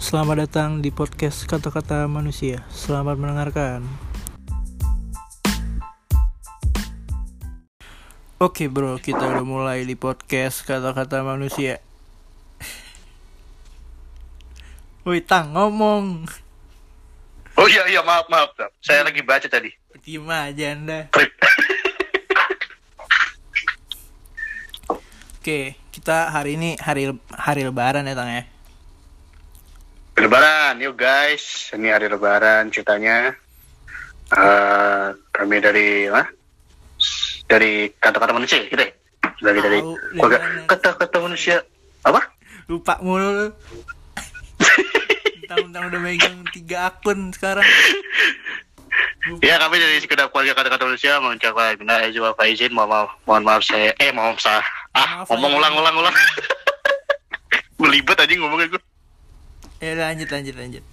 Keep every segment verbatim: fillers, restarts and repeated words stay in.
Selamat datang di podcast Kata-Kata Manusia. Selamat mendengarkan. Oke bro, kita udah mulai di podcast Kata-Kata Manusia. Woi Tang, ngomong. Oh iya iya maaf maaf, saya lagi baca tadi. Diem aja anda. Oke, kita hari ini hari hari Lebaran ya Tang ya. Lebaran, yuk guys, ini hari Lebaran ceritanya. Uh, kami dari mana? Dari kata-kata manusia, gitu ya? Dari dari Tahu, kata-kata manusia apa? Lupa mulu. Mentang-mentang udah megang tiga akun sekarang. Lupa. Ya kami dari sekedar keluarga kata-kata manusia mengucapkan minta izin wal faizin, mohon maaf, mohon maaf saya, eh mohon maaf saya, ah Maaf, ngomong aja. ulang ulang ulang, belibet aja ngomongnya gue. Ya lanjut lanjut lanjut.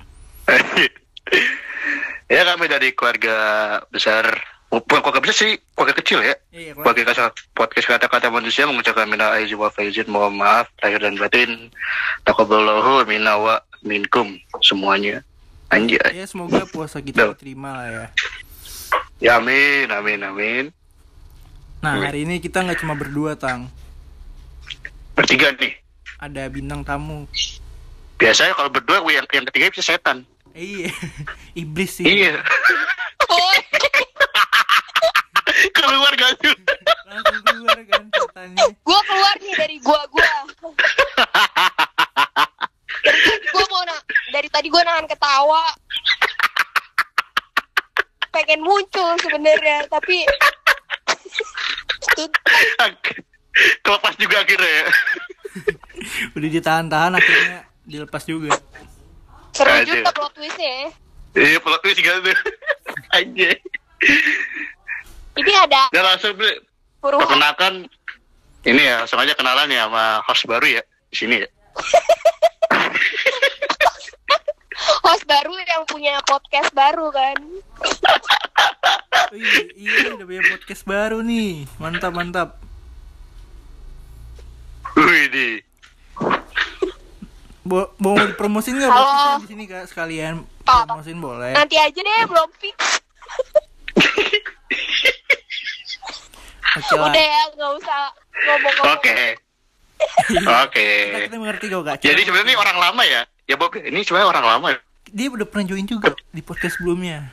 Ya kami dari keluarga besar, bukan keluarga besar sih, keluarga kecil ya. Iya, Keluarga kasar podcast kata-kata manusia mengucapkan minta izin wal faizin, mohon maaf lahir dan batin, taqabbalallahu minna wa minkum semuanya. Anjay. Ya semoga puasa kita diterima lah ya. Ya amin amin amin. Nah hari ini kita nggak cuma berdua Tang. Bertiga nih. Ada bintang tamu. Biasanya kalau berdua yang yang ketiga bisa setan. Iya, iblis sih. Iya. Keluar gak tuh? Langsung keluar kan setannya. Gua keluar nih dari gua-gua. Dari tadi gua mau na- dari tadi gua nahan ketawa. Pengen muncul sebenarnya, tapi Kelepas juga akhirnya ya. Udah ditahan-tahan akhirnya dilepas juga. seru Aduh. juga plot twistnya ya. Iya plot twist gitu. Anjay. Ini ada Dan langsung beli Puruhan. perkenalkan ini ya, langsung aja kenalan ya sama host baru ya di sini ya. Host baru yang punya podcast baru kan. Oh, iya, iya udah punya podcast baru nih. Mantap mantap. Wih di. Bo- mau dipromosin nggak Halo. buat kita di sini kak sekalian Oh. promosin boleh. Nanti aja deh, belum fix. Oke lah. Udah ya, nggak usah ngomong-ngomong. Oke. Oke. Kita, kita mengerti kok kak. Jadi sebenarnya ini orang lama ya. Ya Bob, ini sebenarnya orang lama. Dia udah pernah join juga di podcast sebelumnya.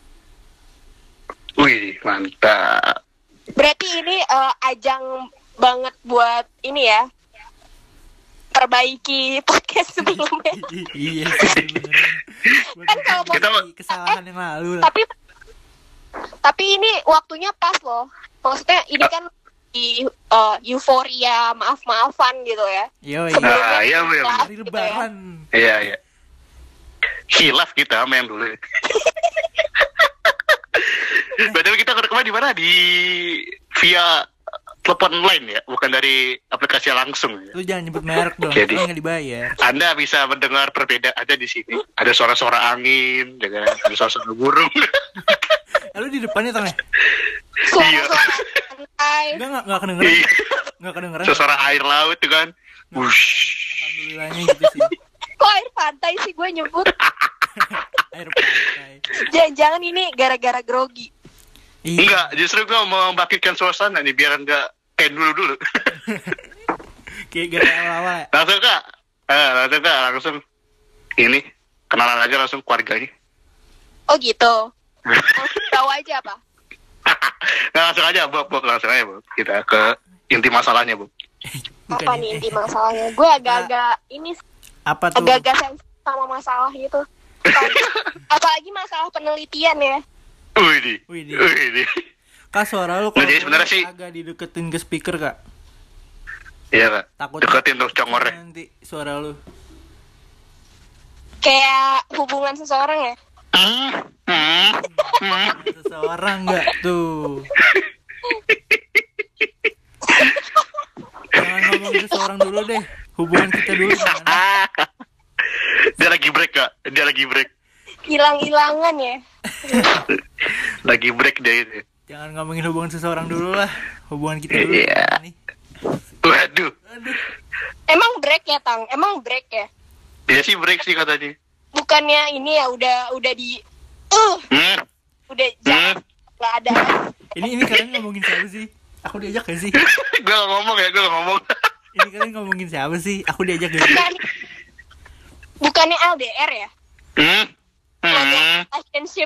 Wih, mantap. Berarti ini eh, ajang banget buat ini ya. Perbaiki podcast sebelumnya. Iya sih bener. Kan kalau mau- Kita kesalahan yang lalu lah. tapi tapi ini waktunya pas loh. Maksudnya ini kan di uh, euforia maaf-maafan gitu ya. Yo Ah, iya. iya, iya. Hari Gitu ya. Lebaran. Iya, iya. Hilaf kita sama yang dulu. Padahal kita kemarin di mana? Di via telepon online ya, bukan dari aplikasi langsung. Ya. Lu jangan nyebut merek dong. Jadi- Jadi nggak dibayar. Anda bisa mendengar perbedaan ada di sini. Ada suara-suara angin, dengan ada suara-suara burung. Lalu di depannya tengah. Suara-suara santai. Enggak enggak enggak kedengeran. Iya. Enggak kedengeran. Suara air laut tuh kan. Wush. Alhamdulillahnya gitu sih. Kok air pantai sih gue nyebut? Air pantai. Jangan-jangan ini gara-gara grogi. Iya. Enggak, justru gua mau membangkitkan suasana nih biar enggak kayak dulu-dulu. Kayak gara awal-awal ya. Langsung kak, eh, langsung kak, langsung ini kenalan aja langsung keluarganya. Oh gitu. Langsung tahu aja apa? Nah, langsung aja Bob, Bob langsung aja Bob. Kita ke inti masalahnya Bob. Bukan Apa ya. nih inti masalahnya? Gue agak-agak ini Apa tuh? agak-agak sensitif sama masalah gitu. Apalagi masalah penelitian ya. Wih di, Wih, di. wih di. Kak suara lu Nah, kalau jadi sebenarnya boleh sih- agak dideketin ke speaker kak. Iya kak, Takut deketin tuh congornya. nanti suara lu. Kayak hubungan seseorang ya. Hmm, hmm, hmm. Seseorang enggak tuh. Jangan ngomong seseorang dulu deh. Hubungan kita dulu gimana? Ah. Dia lagi break kak, dia lagi break, Hilang-hilangan ya. lagi break dia itu. Jangan ngomongin hubungan seseorang dulu lah. Hubungan kita dulu. Iya. gimana nih? Waduh, Aduh. Emang break ya, Tang? Emang break ya? Dia sih break sih katanya. Bukannya ini ya udah udah di uh Hmm. udah jangan nggak ada. Ini ini kalian ngomongin siapa sih? Aku diajak gak sih? Gue gak ngomong ya, gue gak ngomong. Ini kalian ngomongin siapa sih? Aku diajak gak sih? Bukan, bukannya L D R ya? Hmm. Hmm. Relationship.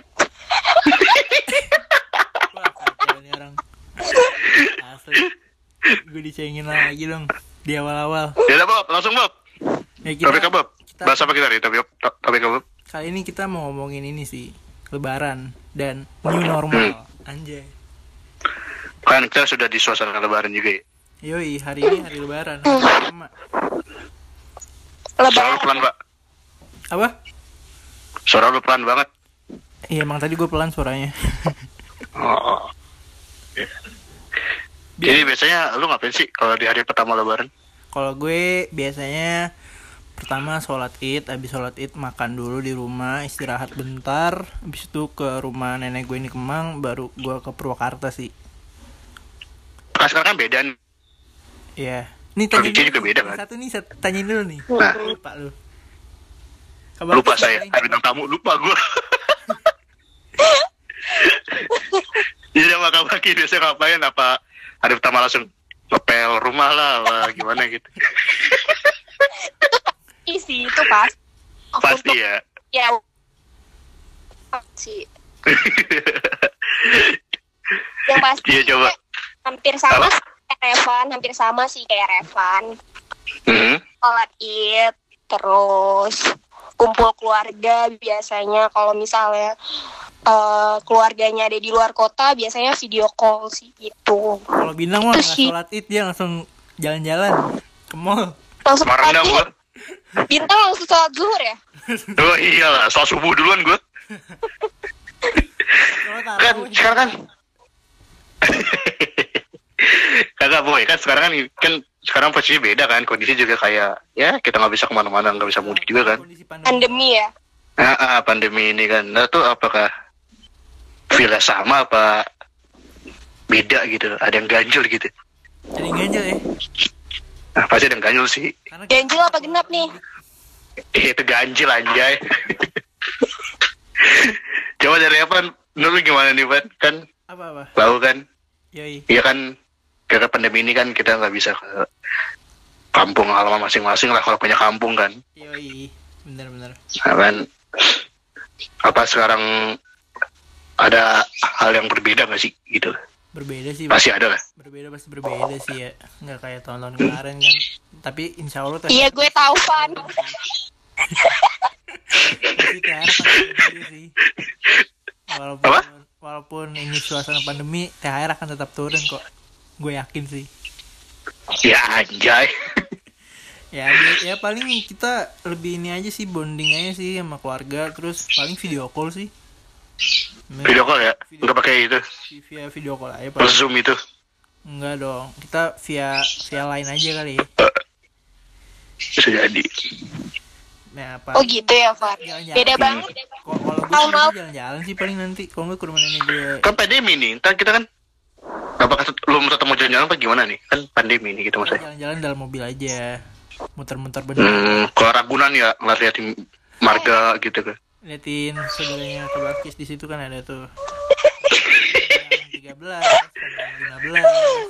Wah, kacau nih orang. Asli. Gue dicengin lagi dong di awal-awal. Ya udah Bob, langsung Bob. Ya, kita, Topik apa Bob? kita- Bahas apa kita nih? Topik topik apa Bob? Kali ini kita mau ngomongin ini sih, Lebaran dan new normal. Anjay. Kan kita sudah di suasana lebaran juga ya. Yoi, hari ini hari Lebaran. Hari pertama. Suara lu Lebaran. pelan Pak. Apa? Suara lu pelan banget. Iya, emang tadi gue pelan suaranya. Oh. Jadi biasanya lu ngapain sih kalau di hari pertama lebaran? Kalau gue biasanya pertama sholat id, habis sholat id makan dulu di rumah, istirahat bentar, habis itu ke rumah nenek gue ini Kemang, baru gue ke Purwakarta sih. Kan sekarang kan beda nih. Iya. Nih tanya Kondisinya juga beda, kan? Satu nih, satu, tanyain dulu nih. Nah. Lupa lu. Kabar Lupa lu saya, ngapain? ada bintang tamu, lupa gue. Jadi sama Kak Baki biasanya ngapain? Apa hari pertama langsung ngepel rumah lah, apa gimana gitu. Isi itu pas. Pasti ya. Ya. Sih. Yang pasti. Iya coba. Hampir sama Apa? sih kayak Revan, hampir sama sih kayak Revan. Mhm. Sholat id, terus kumpul keluarga biasanya kalau misalnya eh, keluarganya ada di luar kota biasanya video call sih gitu. Kalau Bintang mah Itu nggak sih. sholat id, dia langsung jalan-jalan ke mall. Langsung Kemarin dah pagi, gue. Bintang langsung sholat zuhur ya? Oh iyalah, soal subuh duluan gue. Kalau Kan tarawih sekarang kan. Kagak boy, kan sekarang kan kan sekarang posisinya beda kan, kondisi juga kayak ya kita nggak bisa kemana-mana, nggak bisa mudik juga kan. kondisi pandemi. Pandemi ya? Ah, ah, pandemi ini kan, nah tuh apakah feel sama apa beda gitu? Ada yang ganjil gitu? Jadi ganjel ya. Nah, pasti ada yang ganjil sih. Karena Ganjil apa genap nih? Eh, itu ganjil anjay. Coba dari Evan, dulu gimana nih Van? Kan apa-apa? tahu kan? Yoi. Iya kan, karena pandemi ini kan kita nggak bisa ke kampung halaman masing-masing lah kalau punya kampung kan. Yoi. Bener-bener. Nah, kan apa sekarang ada hal yang berbeda nggak sih gitu? Berbeda sih. Pasti ada lah. Berbeda pasti berbeda sih ya. Nggak kayak tahun-tahun kemarin kan. Tapi insya Allah tuh. Iya gue tahu Van. Sih, T H R akan turun sih. Walaupun Apa? walaupun ini suasana pandemi, T H R akan tetap turun kok. Gue yakin sih. Ya anjay. Ya, di- ya paling kita lebih ini aja sih, bonding aja sih sama keluarga, terus paling video call sih. Video call ya? Nggak pakai itu, Via video call aja plus paling. zoom itu. Enggak dong. Kita via via line aja kali ya. Bisa jadi. Nah, apa? Oh gitu ya Van. Jalan-jalan. Beda banget. Kalau kalau gue Tahun sih lalu. jalan-jalan sih paling nanti. Kalau nggak ke rumah nenek gue. Kan pandemi nih, ntar kita kan apakah belum tetap mau jalan-jalan apa gimana nih? Kan pandemi nih gitu maksudnya. Jalan-jalan dalam mobil aja. Muter-muter bener. Hmm, kalau Ragunan ya ngeliatin marga gitu kan. Liatin saudaranya Tabakis di situ kan ada tuh. tiga belas, lima belas.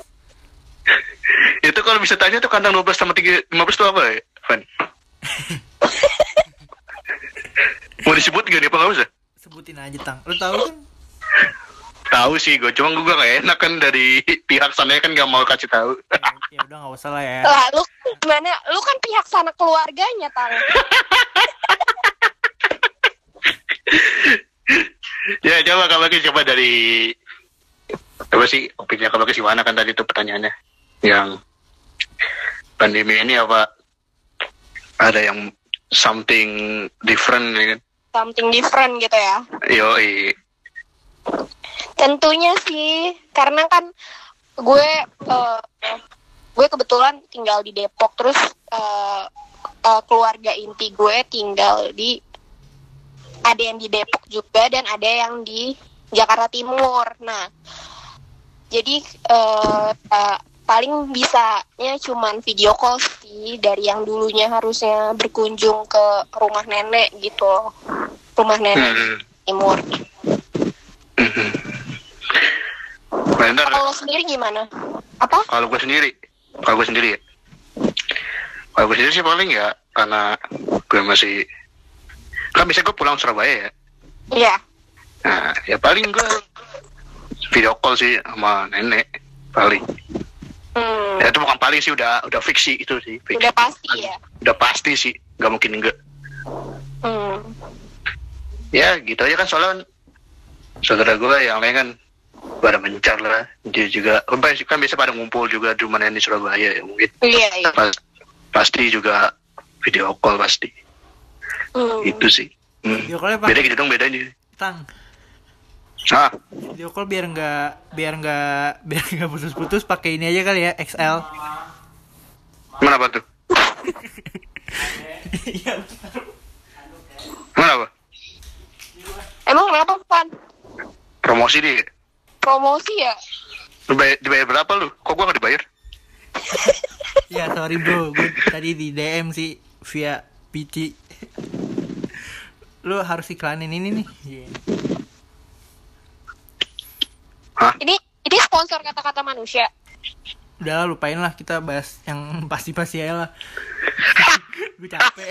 Itu kalau bisa tanya tuh kandang dua belas sama tiga lima belas itu apa ya, Van? Mau disebut gak nih apa nggak usah? Sebutin aja Tang. Lu tahu kan? Tahu sih gue, cuma gue gak enak kan dari pihak sana kan gak mau kasih tahu. Ya, ya udah nggak usah lah ya. Lah lu gimana? Lu kan pihak sana keluarganya Tang. Ya coba Kak Baki coba dari coba sih opini Kak Baki gimana kan tadi tuh pertanyaannya yang pandemi ini apa ada yang something different ya kan? Something different gitu ya. Yoi. Tentunya sih, karena kan gue eh, gue kebetulan tinggal di Depok, terus eh, eh, keluarga inti gue tinggal di ada yang di Depok juga dan ada yang di Jakarta Timur. Nah, jadi eh, eh, paling bisanya cuman video call sih. sih dari yang dulunya harusnya berkunjung ke rumah nenek gitu loh. Rumah nenek Hmm. timur. Mhm. Bener. Kalau lo sendiri gimana? Apa? Kalau gue sendiri, kalau gue sendiri ya. Kalau gue sendiri sih paling ya karena gue masih kan biasanya gue pulang Surabaya ya. Iya. Nah, ya paling gue video call sih sama nenek paling. Hmm. Ya itu bukan paling sih, udah udah fix sih itu sih. Fix. Udah pasti ya. Udah pasti sih, nggak mungkin enggak. Hmm. Ya gitu aja kan, soalnya kan saudara gue yang lain kan pada mencar lah. Dia juga kan biasa pada ngumpul juga di rumah nenek di Surabaya ya mungkin. Iya, iya. Pas- pasti juga video call pasti. Hmm. Itu sih. Hmm. Video call-nya Beda pakai gitu dong bedanya. tang. Ah, Video call biar nggak biar nggak biar nggak putus-putus pakai ini aja kali ya X L. mana apa tuh? Iya. Mana apa? Emang kenapa, Pan? Promosi dia. Promosi ya? Lu bayar, dibayar berapa lu? Kok gua nggak dibayar? Ya sorry bro, gue tadi di D M sih via P C. Lu harus iklanin ini nih. Yeah. Hah? Ini ini sponsor kata-kata manusia. Udah lah, lupain lah, kita bahas yang pasti-pasti aja lah. Gue capek.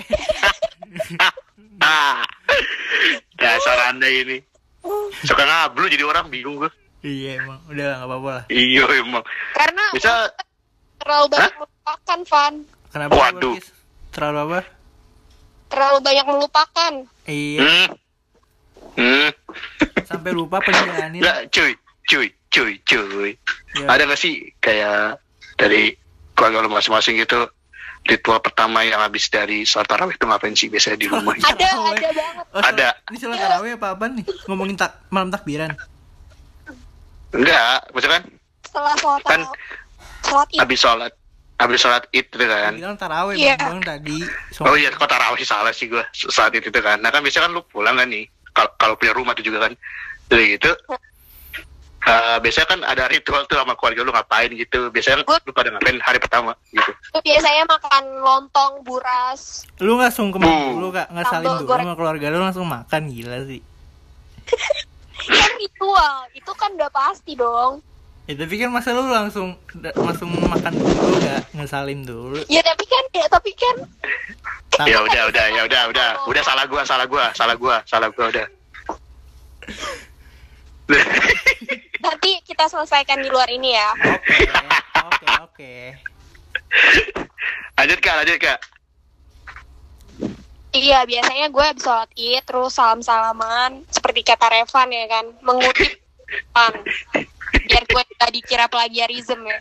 Ah, dasar anda ini. Suka ngablu jadi orang bingung gua. Iya emang, udah lah nggak apa-apa lah. Iya emang. Karena Bisa. terlalu banyak Hah? melupakan, Van. Kenapa? Waduh. Markis? Terlalu apa? Terlalu banyak melupakan. Iya, Hmm. Hmm. sampai lupa penjelanin. Nggak, cuy, cuy, cuy, cuy. Ya. Ada nggak sih kayak dari keluarga lu masing-masing gitu, ritual pertama yang habis dari sholat tarawih itu ngapain sih biasanya di rumah? Ada, Tarawih. ada banget. Oh, Ada. Ini sholat tarawih apa apaan nih? Ngomongin tak malam takbiran. Enggak, maksudnya kan Setelah sholat Kan tarawih. Sholat id. habis sholat, habis sholat id itu kan. Bilang tarawih Iya. bang tadi. Oh iya, kok tarawih salah sih gua saat itu kan. Nah kan biasanya kan lu pulang kan nih, kalau kalau punya rumah tuh juga kan, jadi gitu. Uh, biasanya kan ada ritual tuh sama keluarga lu ngapain gitu. Biasanya lu pada ngapain hari pertama gitu. Itu biasanya makan lontong, buras. Lu nggak sungkem Hmm. dulu kak, nggak Sambal salim dulu goreng. sama keluarga lu langsung makan, gila sih. Kan ritual. Itu kan udah pasti dong. Ya tapi kan masa lu langsung da- langsung makan dulu nggak ngesalim dulu. Ya tapi kan, ya tapi kan. Tak- Ya udah, udah, ya udah, udah, udah salah gua, salah gua, salah gua, salah gua udah. Nanti kita selesaikan di luar ini ya. Oke, oke, oke. Lanjut kak, lanjut kak. Iya, biasanya gue habis sholat id, terus salam-salaman. Seperti kata Revan ya kan. Mengutip Pan. Biar gue gak dikira plagiarism ya.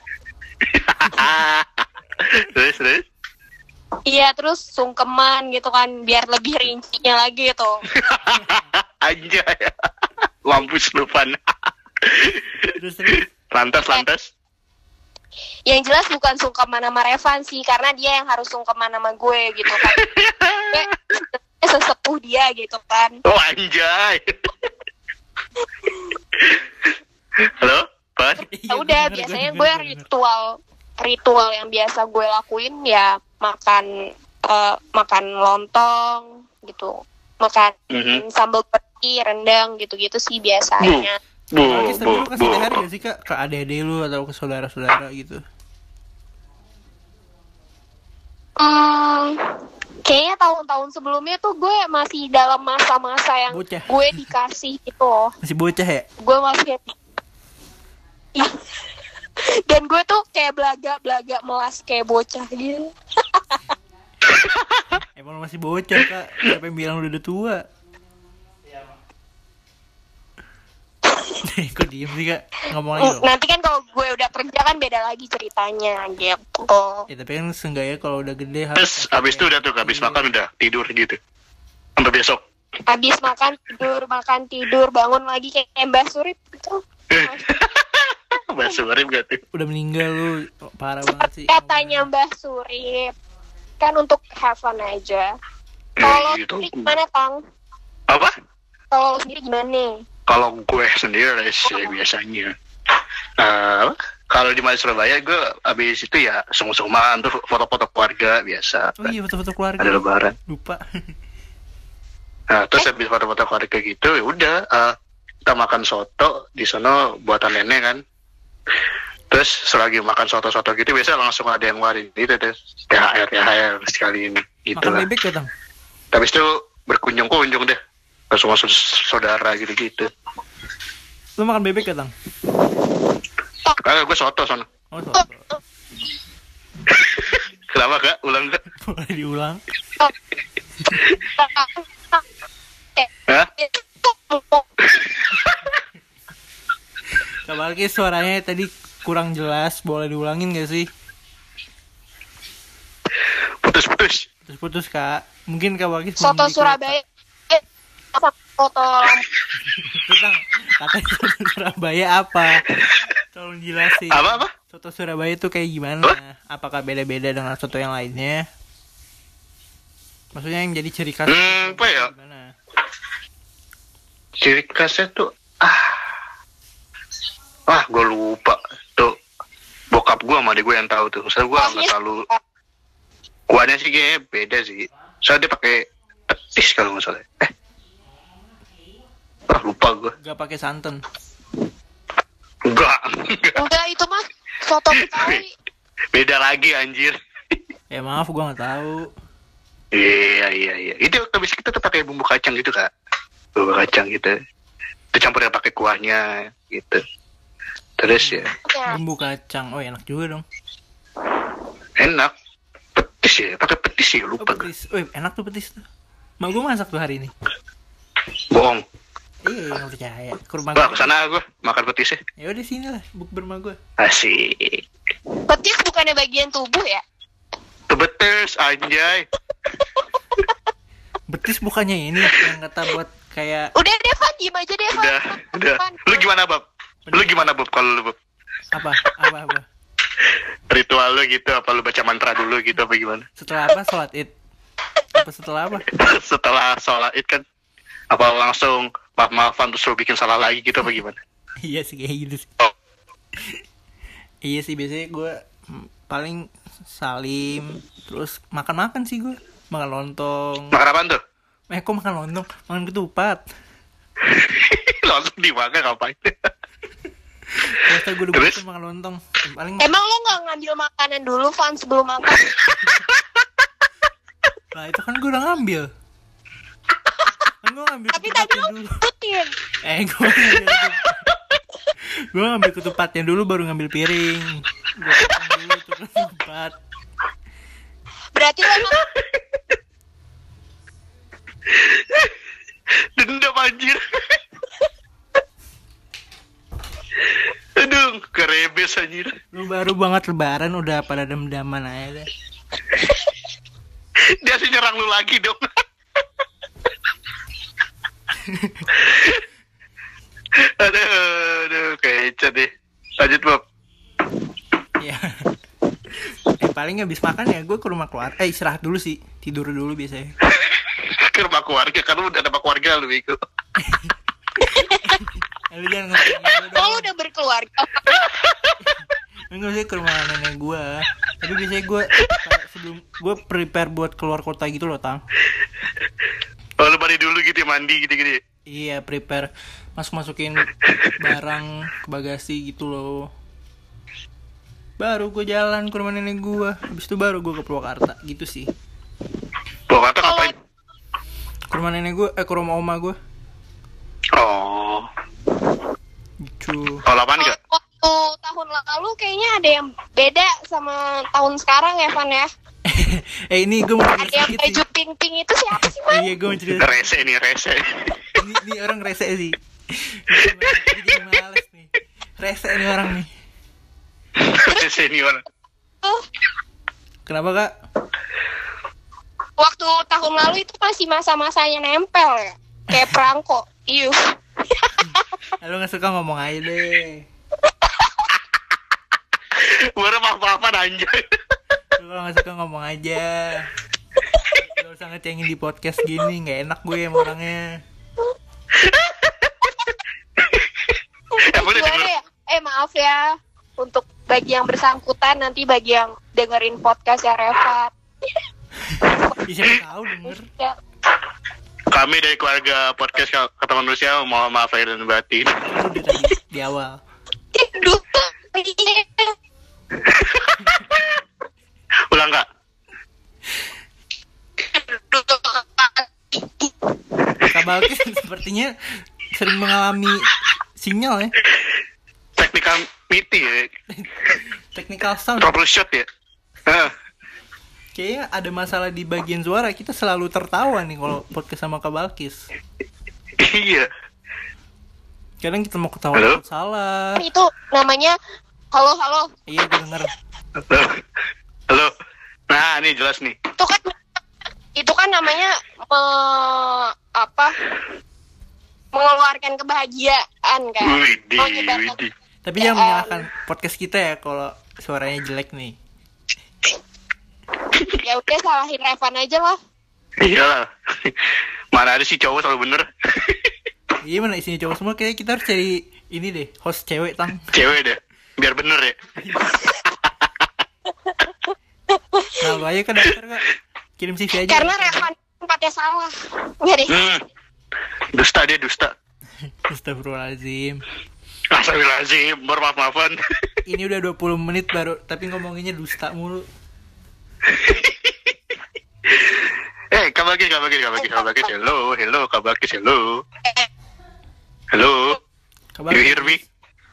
Terus, terus. Iya, terus sungkeman gitu kan. Biar lebih rincinya lagi gitu. Anjay. Mampus lu Pan. Terus terus. Lantas, lantas. Yang jelas bukan sungkeman sama Revan sih. Karena dia yang harus sungkeman sama gue gitu kan. Dia sesepuh dia gitu kan. Oh anjay. Halo, Pan? Ya udah, biasanya gue ritual ritual yang biasa gue lakuin ya makan eh, makan lontong gitu, makan Mhm. sambal peti, rendang gitu-gitu sih biasanya. Bu, Markis, tapi bu, lu kasih bu. T H R gak sih kak ke adik-adik lu atau ke saudara-saudara gitu? Hmm, kayaknya tahun-tahun sebelumnya tuh gue masih dalam masa-masa yang Bocah. gue dikasih gitu loh. Masih bocah ya? Gue masih Ih. Dan gue tuh kayak belaga-belaga melas kayak bocah gitu. Emang lu masih bocah kak, siapa yang bilang lu udah tua? Kok diem sih kak? Ngomong lagi dong. Nanti kan kalau gue udah kerja kan beda lagi ceritanya gitu. Ya tapi kan seenggaknya kalau udah gede Terus abis itu udah tuh, abis makan udah tidur gitu. Sampai besok. Habis makan tidur, makan tidur, bangun lagi kayak Mbak Surip gitu. Bahasa bareng gak tuh? udah meninggal lu, parah banget sih. Katanya Mbak Surip kan untuk have fun aja. Kalau Eh, gitu. sendiri gimana Tang? Apa? Kalau lu sendiri gimana nih? Kalau gue sendiri sih biasanya. Eh, apa? kalau di Malaysia Surabaya gue abis itu ya sungguh-sungguhan tuh foto-foto keluarga biasa. Oh iya, foto-foto keluarga. Ada lebaran. Lupa. Nah, terus habis foto-foto keluarga gitu, ya udah uh, kita makan soto di sono buatan nenek kan. Terus selagi makan soto-soto gitu biasa langsung ada yang ngeluarin itu deh T H R T H R sekali ini gitu Makan lah. bebek ya, Tang? Habis itu berkunjung-kunjung deh ke semua saudara gitu-gitu. Lu makan bebek ya, Tang? Kalau gue soto sono. Oh, soto. Kenapa kak? Ulang kak? Boleh diulang? Hah? Kak Balkis suaranya tadi kurang jelas, boleh diulangin gak sih? Putus-putus. Putus-putus Kak. Mungkin Kak Balkis belum Soto di- Surabaya. Eh, apa soto Tentang katanya soto Surabaya apa? Tolong jelasin. Apa apa? Soto Surabaya itu kayak gimana? Apakah beda-beda dengan soto yang lainnya? Maksudnya yang jadi ciri khas Hmm, apa ya? gimana? Ciri khasnya tuh ah, ah gue lupa tuh. Bokap gue sama adik gue yang tahu tuh. Soalnya gue nggak terlalu. Kuahnya sih kayaknya beda sih. Soalnya dia pakai petis kalau nggak salah. Eh, ah lupa gue. Gak pakai santan. Enggak. enggak itu mah soto Betawi. Beda lagi anjir. Ya maaf, gua nggak tahu. Iya iya iya. Itu habis kita tuh pakai bumbu kacang gitu kak. Bumbu kacang gitu. Itu campurnya pakai kuahnya gitu. Terus ya Ya. Bumbu kacang. Oh, enak juga dong. enak. Petis ya, pakai petis ya Oh, lupa gue. petis. Oh, enak tuh petis tuh. Mak gua masak tuh hari ini. Bohong. Iya, nggak percaya. Ke rumah Wah gua. kesana gue makan petisnya. Ya udah sini lah, bukber sama gua. Asik. Petis bukannya bagian tubuh ya? Tuh betis anjay. Betis bukannya ini yang kata buat kayak Udah deh Van, diem aja deh Van. Udah, udah. Van. Lu gimana Bob? Lu gimana Bob kalau lu Bob? apa? Apa apa? Ritual lu gitu apa lu baca mantra dulu gitu apa gimana? Setelah apa sholat Id? Apa setelah apa? Setelah sholat id kan apa langsung maaf-maafan terus lu bikin salah lagi gitu apa gimana? Iya sih kayak gitu sih. Oh. Iya sih biasanya gue paling salim terus makan-makan sih gue. Makan lontong. Makan apaan tuh? Eh kok makan lontong? Makan ketupat. Langsung dimakan ngapain? Biasa gue udah Terus? bosan makan lontong. Paling Emang lo nggak ngambil makanan dulu Van sebelum makan? lah itu kan gue udah ngambil. Kan gue ngambil Tapi tadi ketupatnya lo dulu. ngikutin. Eh gue ngambil ketupat. Gue ngambil ketupatnya dulu baru ngambil piring. Gue potong dulu tuh ketupat. Berarti lo makan Dendam anjir. Aduh, kerebes anjir. Lu baru banget lebaran udah pada dem-daman aja deh. Dia sih nyerang lu lagi dong. aduh, aduh, kecet deh. Lanjut Bob. Iya. Eh paling habis makan ya gue ke rumah keluarga. Eh istirahat dulu sih. Tidur dulu biasanya. Ke rumah keluarga kan lu udah ada keluarga lu itu. Eh, lu jangan ngomongin gue lo dong. udah berkeluarga. Enggak sih ke rumah nenek gue. Tapi biasanya gue sebelum gue prepare buat keluar kota gitu loh Tang. Oh lu mandi dulu gitu mandi gitu-gitu. Iya prepare masuk masukin barang ke bagasi gitu loh. Baru gue jalan ke rumah nenek gue. Habis itu baru gue ke Purwakarta gitu sih. Bawa kata ngapain? Ke rumah nenek gue, eh ke rumah oma gue. Oh, Gitu. kalau apaan enggak? Waktu tahun lalu kayaknya ada yang beda sama tahun sekarang ya Van ya. eh ini gue mau Ada cerita yang sedikit baju sih. pink-pink itu siapa sih Eh, Van? iya gue mau cerita. Rese nih, rese. Ini, ini orang rese sih. Ini jadi males nih. Rese nih orang nih. Rese nih orang. Tuh, Kenapa kak? waktu tahun lalu itu masih masa-masanya nempel ya. Kayak perangko. Iya. Lu gak suka ngomong aja deh. Baru maaf-maafan anjay. Lu kalau gak suka ngomong aja. Gak usah ngecengin di podcast gini. Gak enak gue sama orangnya. Ya boleh Gimana denger. ya? Eh maaf ya untuk bagi yang bersangkutan, nanti bagi yang dengerin podcast ya Reva. Bisa tahu denger. Ya. Kami dari keluarga podcast Kata Manusia mohon maaf lahir dan batin. Itu udah tadi di awal. Aduh. Ulang nggak? Kak Balkis sepertinya sering mengalami sinyal ya. Technical meeting ya. Technical sound. Troubleshoot ya. Hah. Kayaknya ada masalah di bagian suara. Kita selalu tertawa nih kalau podcast sama Kak Balkis. Iya. Kadang kita mau ketawa Halo? Oh, salah. itu namanya halo halo. Iya, gue denger. Halo. Halo. Nah, ini jelas nih. Itu kan itu kan namanya me- apa? Mengeluarkan kebahagiaan kan. Widih, Oh, nyebarkan. widih. Tapi Ya, jangan menyalahkan podcast kita ya kalau suaranya jelek nih. Ya udah salahin Revan aja lah. Iyalah. Mana ada sih cowok selalu bener. Iya, mana isinya cowok semua. Kayaknya kita harus cari ini deh, host cewek, Tang. Cewek deh. Biar bener ya. Nah, lu aja ke daftar, Kak. Kirim C V aja. Karena Revan tempatnya salah. Enggak deh. Hmm. Dusta dia dusta. Astagfirullahaladzim. Astagfirullahaladzim, bermaaf-maafan. Ini udah dua puluh menit baru, tapi ngomonginnya dusta mulu. Eh, Kak Bagis, Kak Bagis, Kak Bagis, Kak Bagis, hello, hello, Kak Bagis, hello. Hello, Kak you hear me?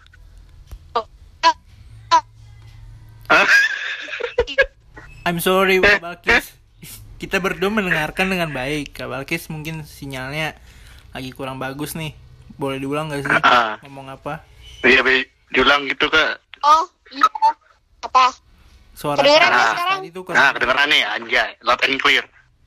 Hah? I'm sorry, Kak Balkis. Kita berdua mendengarkan dengan baik. Kak Balkis mungkin sinyalnya lagi kurang bagus nih. Boleh diulang gak sih? Ah. Ngomong apa? Iya, Be, diulang gitu, Kak. Oh, iya. Apa? Suara Kedengeran Kak nggak Balkis sekarang? tadi tuh Nah, kurang. kedengeran nih, anjay, loud and clear.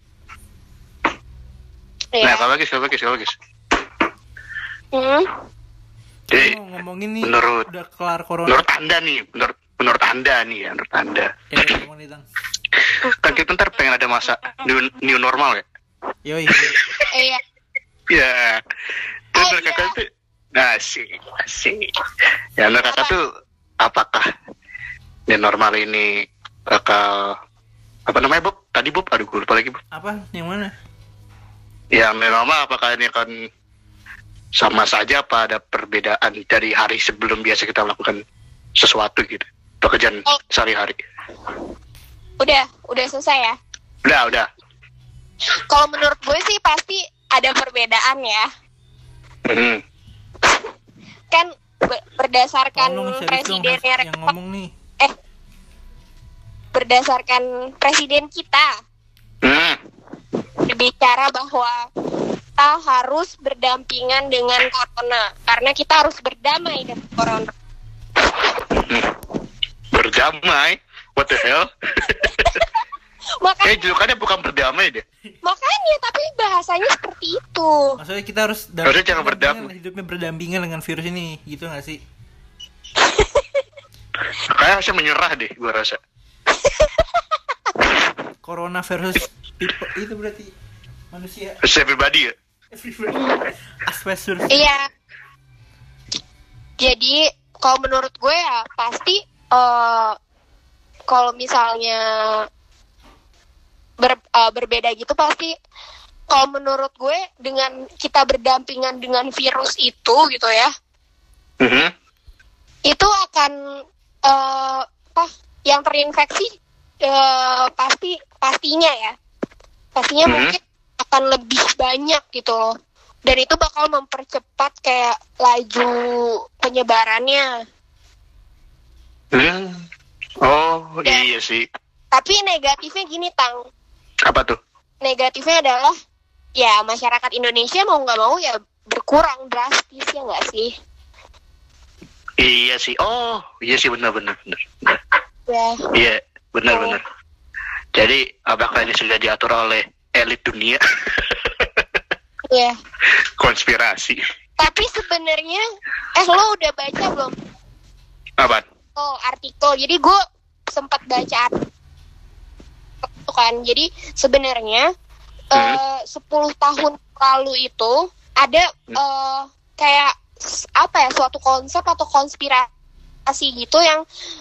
Ya. Nah, Kak Bagis, Kak Bagis, Kak Bagis. Hmm. Jadi, Oh, ngomongin nih, menurut- udah kelar corona. menurut Anda nih, menurut menurut Anda nih ya, menurut Anda. Ya, udah ngomong nih, Tang. Kan kita ntar pengen ada masa new, new normal ya. Yoi. Iya. Ya. Terus Oh, menurut iya. kakak tuh, nah asik, asik. Ya menurut kakak tuh, apakah new normal ini bakal apa namanya Bob? Tadi Bob, aduh gue lupa lagi Bob. Apa? Yang mana? Ya new normal apakah ini akan sama saja apa ada perbedaan dari hari sebelum biasa kita melakukan sesuatu gitu, pekerjaan Oh. sehari-hari. Udah, udah selesai ya. Udah, udah. Kalau menurut gue sih pasti ada perbedaan ya. Hmm. Kan be- berdasarkan Tolong serius dong, presidennya yang ngomong nih. eh berdasarkan presiden kita Hmm. berbicara bahwa kita harus berdampingan dengan corona karena kita harus berdamai dengan corona. Hmm. Berdamai, what the hell? Eh Makanya, julukannya bukan berdamai deh. makanya tapi bahasanya seperti itu. Maksudnya kita harus Harusnya jangan berdampingan, berdamai. hidupnya berdampingan dengan virus ini, gitu gak sih? Kayak harusnya menyerah deh, gua rasa. Corona versus people itu berarti manusia Harus everybody ya. everybody. Us versus Iya. Jadi kalau menurut gue ya pasti eh, kalau misalnya ber, eh, berbeda gitu pasti kalau menurut gue dengan kita berdampingan dengan virus itu gitu ya Mhm. itu akan eh, apa yang terinfeksi eh, pasti pastinya ya pastinya Mhm. mungkin akan lebih banyak gitu loh dan itu bakal mempercepat kayak laju penyebarannya. Hmm. Oh Ya. iya sih. Tapi negatifnya gini Tang, Apa tuh? negatifnya adalah ya masyarakat Indonesia mau nggak mau ya berkurang drastis ya nggak sih? Iya sih. Oh iya sih benar-benar benar. benar. Ya. Iya benar-benar. Oh. Jadi apakah ini sudah diatur oleh elit dunia? Ya. Konspirasi. Tapi sebenarnya eh lo udah baca belum? Apa? Oh artikel. Jadi gue sempat baca artikel kan. Jadi sebenarnya eh, sepuluh tahun lalu itu ada eh, kayak s- apa ya suatu konsep atau konspirasi gitu yang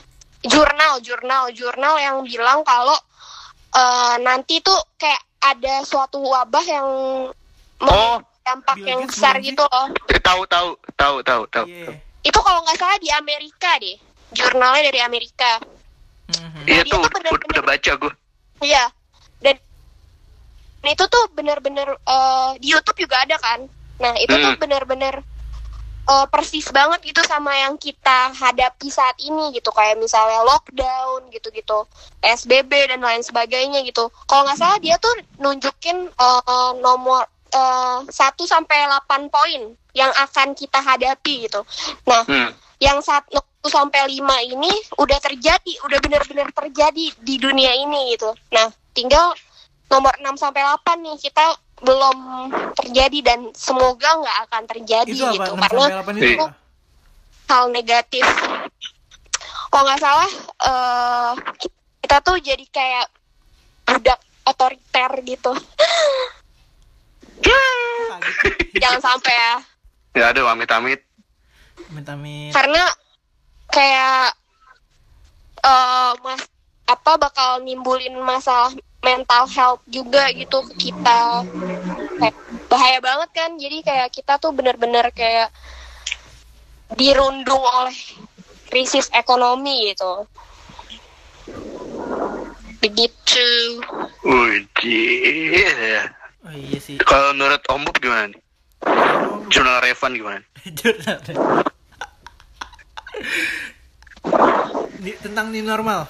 jurnal jurnal jurnal yang bilang kalau uh, nanti tuh kayak ada suatu wabah yang Oh, dampak Bill yang Gates besar bukan sih? gitu loh. eh, tahu tahu tahu tahu tahu. Iya. Itu kalau nggak salah di Amerika deh, jurnalnya dari Amerika. Mhm. Iya dia tuh tuh udah, bener-bener- udah baca gue. Iya. Dan itu tuh benar-benar eh, di YouTube juga ada kan. Nah, itu tuh Hmm. benar-benar eh, persis banget gitu sama yang kita hadapi saat ini gitu, kayak misalnya lockdown gitu-gitu, P S B B dan lain sebagainya gitu. Kalau nggak salah dia tuh nunjukin eh, nomor eh, satu sampai delapan poin yang akan kita hadapi gitu. Nah, Hmm. yang satu sampai lima ini udah terjadi, udah benar-benar terjadi di dunia ini gitu. Nah, tinggal nomor enam sampai delapan nih kita belum terjadi dan semoga nggak akan terjadi Itu apa? gitu enam karena sampai delapan itu Iya. apa? hal negatif. Kalau nggak salah eh, kita tuh jadi kayak budak otoriter gitu. Kaget. Jangan sampai ya. Ya ada amit-amit. Amit-amit. Karena kayak eh mas apa bakal nimbulin masalah mental health juga gitu ke kita. Kayak bahaya banget kan, jadi kayak kita tuh benar-benar kayak dirundung oleh krisis ekonomi gitu. Begitu. Wih, ya. Oh iya sih. Kalau menurut Om Bob gimana nih? Oh, Jurnal Revan gimana? jurnal. Di- tentang new normal.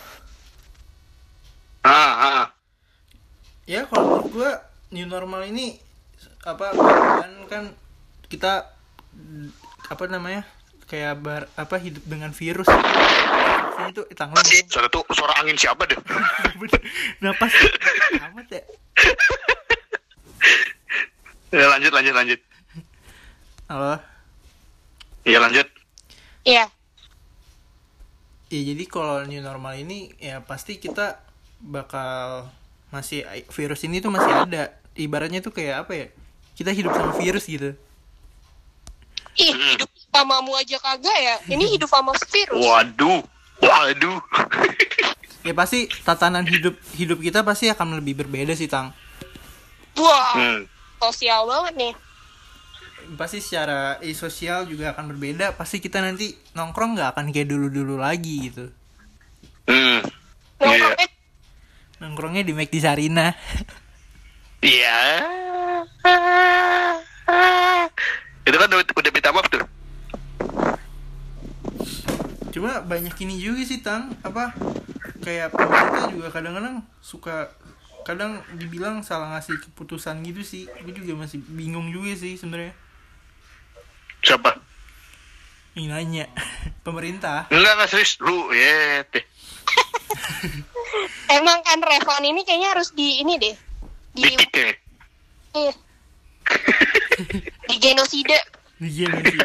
Ah, ah, ah. Ya kalau menurut gue new normal ini apa kan kan kita apa namanya kayak bar, apa hidup dengan virus. Ini tuh eh, tanggung. Suara tuh suara angin siapa deh? Napas amat ya. Ya lanjut lanjut lanjut. Halo. Iya lanjut. Iya. Ya jadi kalau new normal ini ya pasti kita bakal masih virus ini tuh masih ada. Ibaratnya tuh kayak apa ya? Kita hidup sama virus gitu. Ih, hidup samamu aja kagak ya. Ini hidup sama virus. Waduh, waduh. Ya pasti tatanan hidup hidup kita pasti akan lebih berbeda sih, Tang. Wah, Hmm. sosial banget nih. Pasti secara eh, sosial juga akan berbeda. Pasti kita nanti nongkrong nggak akan kayak dulu-dulu lagi gitu. Hmm. Iya. Nongkrongnya Nongkrongnya di McD Sarina. Iya. Itu kan udah, udah minta maaf tuh. Cuma banyak ini juga sih, Tang. Apa kayak pemerintah juga kadang-kadang suka kadang dibilang salah ngasih keputusan gitu sih. Gue juga masih bingung juga sih sebenarnya. Siapa? Ini nanya pemerintah. Enggak, enggak serius. Lu, ya deh. emang kan Revan ini kayaknya harus di ini deh. Di Dikit ya. iya. Di genosida. Iya sih.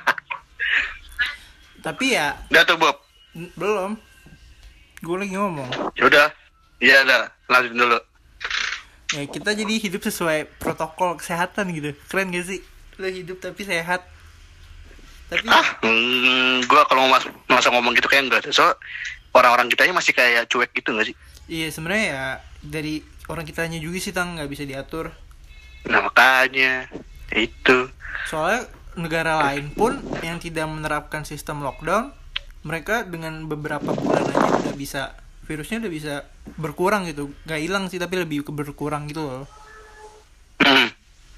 Tapi ya Udah tuh, Bob. n- belum. Gue lagi ngomong. Ya udah. Iya dah, lanjut dulu. Ya kita jadi hidup sesuai protokol kesehatan gitu. Keren gak sih? Lo hidup tapi sehat. Tapi ya, Ah, hmm, gua kalau mas masa ngomong gitu kayak enggak. So orang-orang kitanya masih kayak cuek gitu nggak sih? iya sebenarnya ya dari orang kitanya juga sih, Tang, nggak bisa diatur. Nah makanya itu. Soalnya negara lain pun yang tidak menerapkan sistem lockdown, mereka dengan beberapa bulan aja udah bisa virusnya udah bisa berkurang gitu. Gak hilang sih tapi lebih ke berkurang gitu loh. Hmm.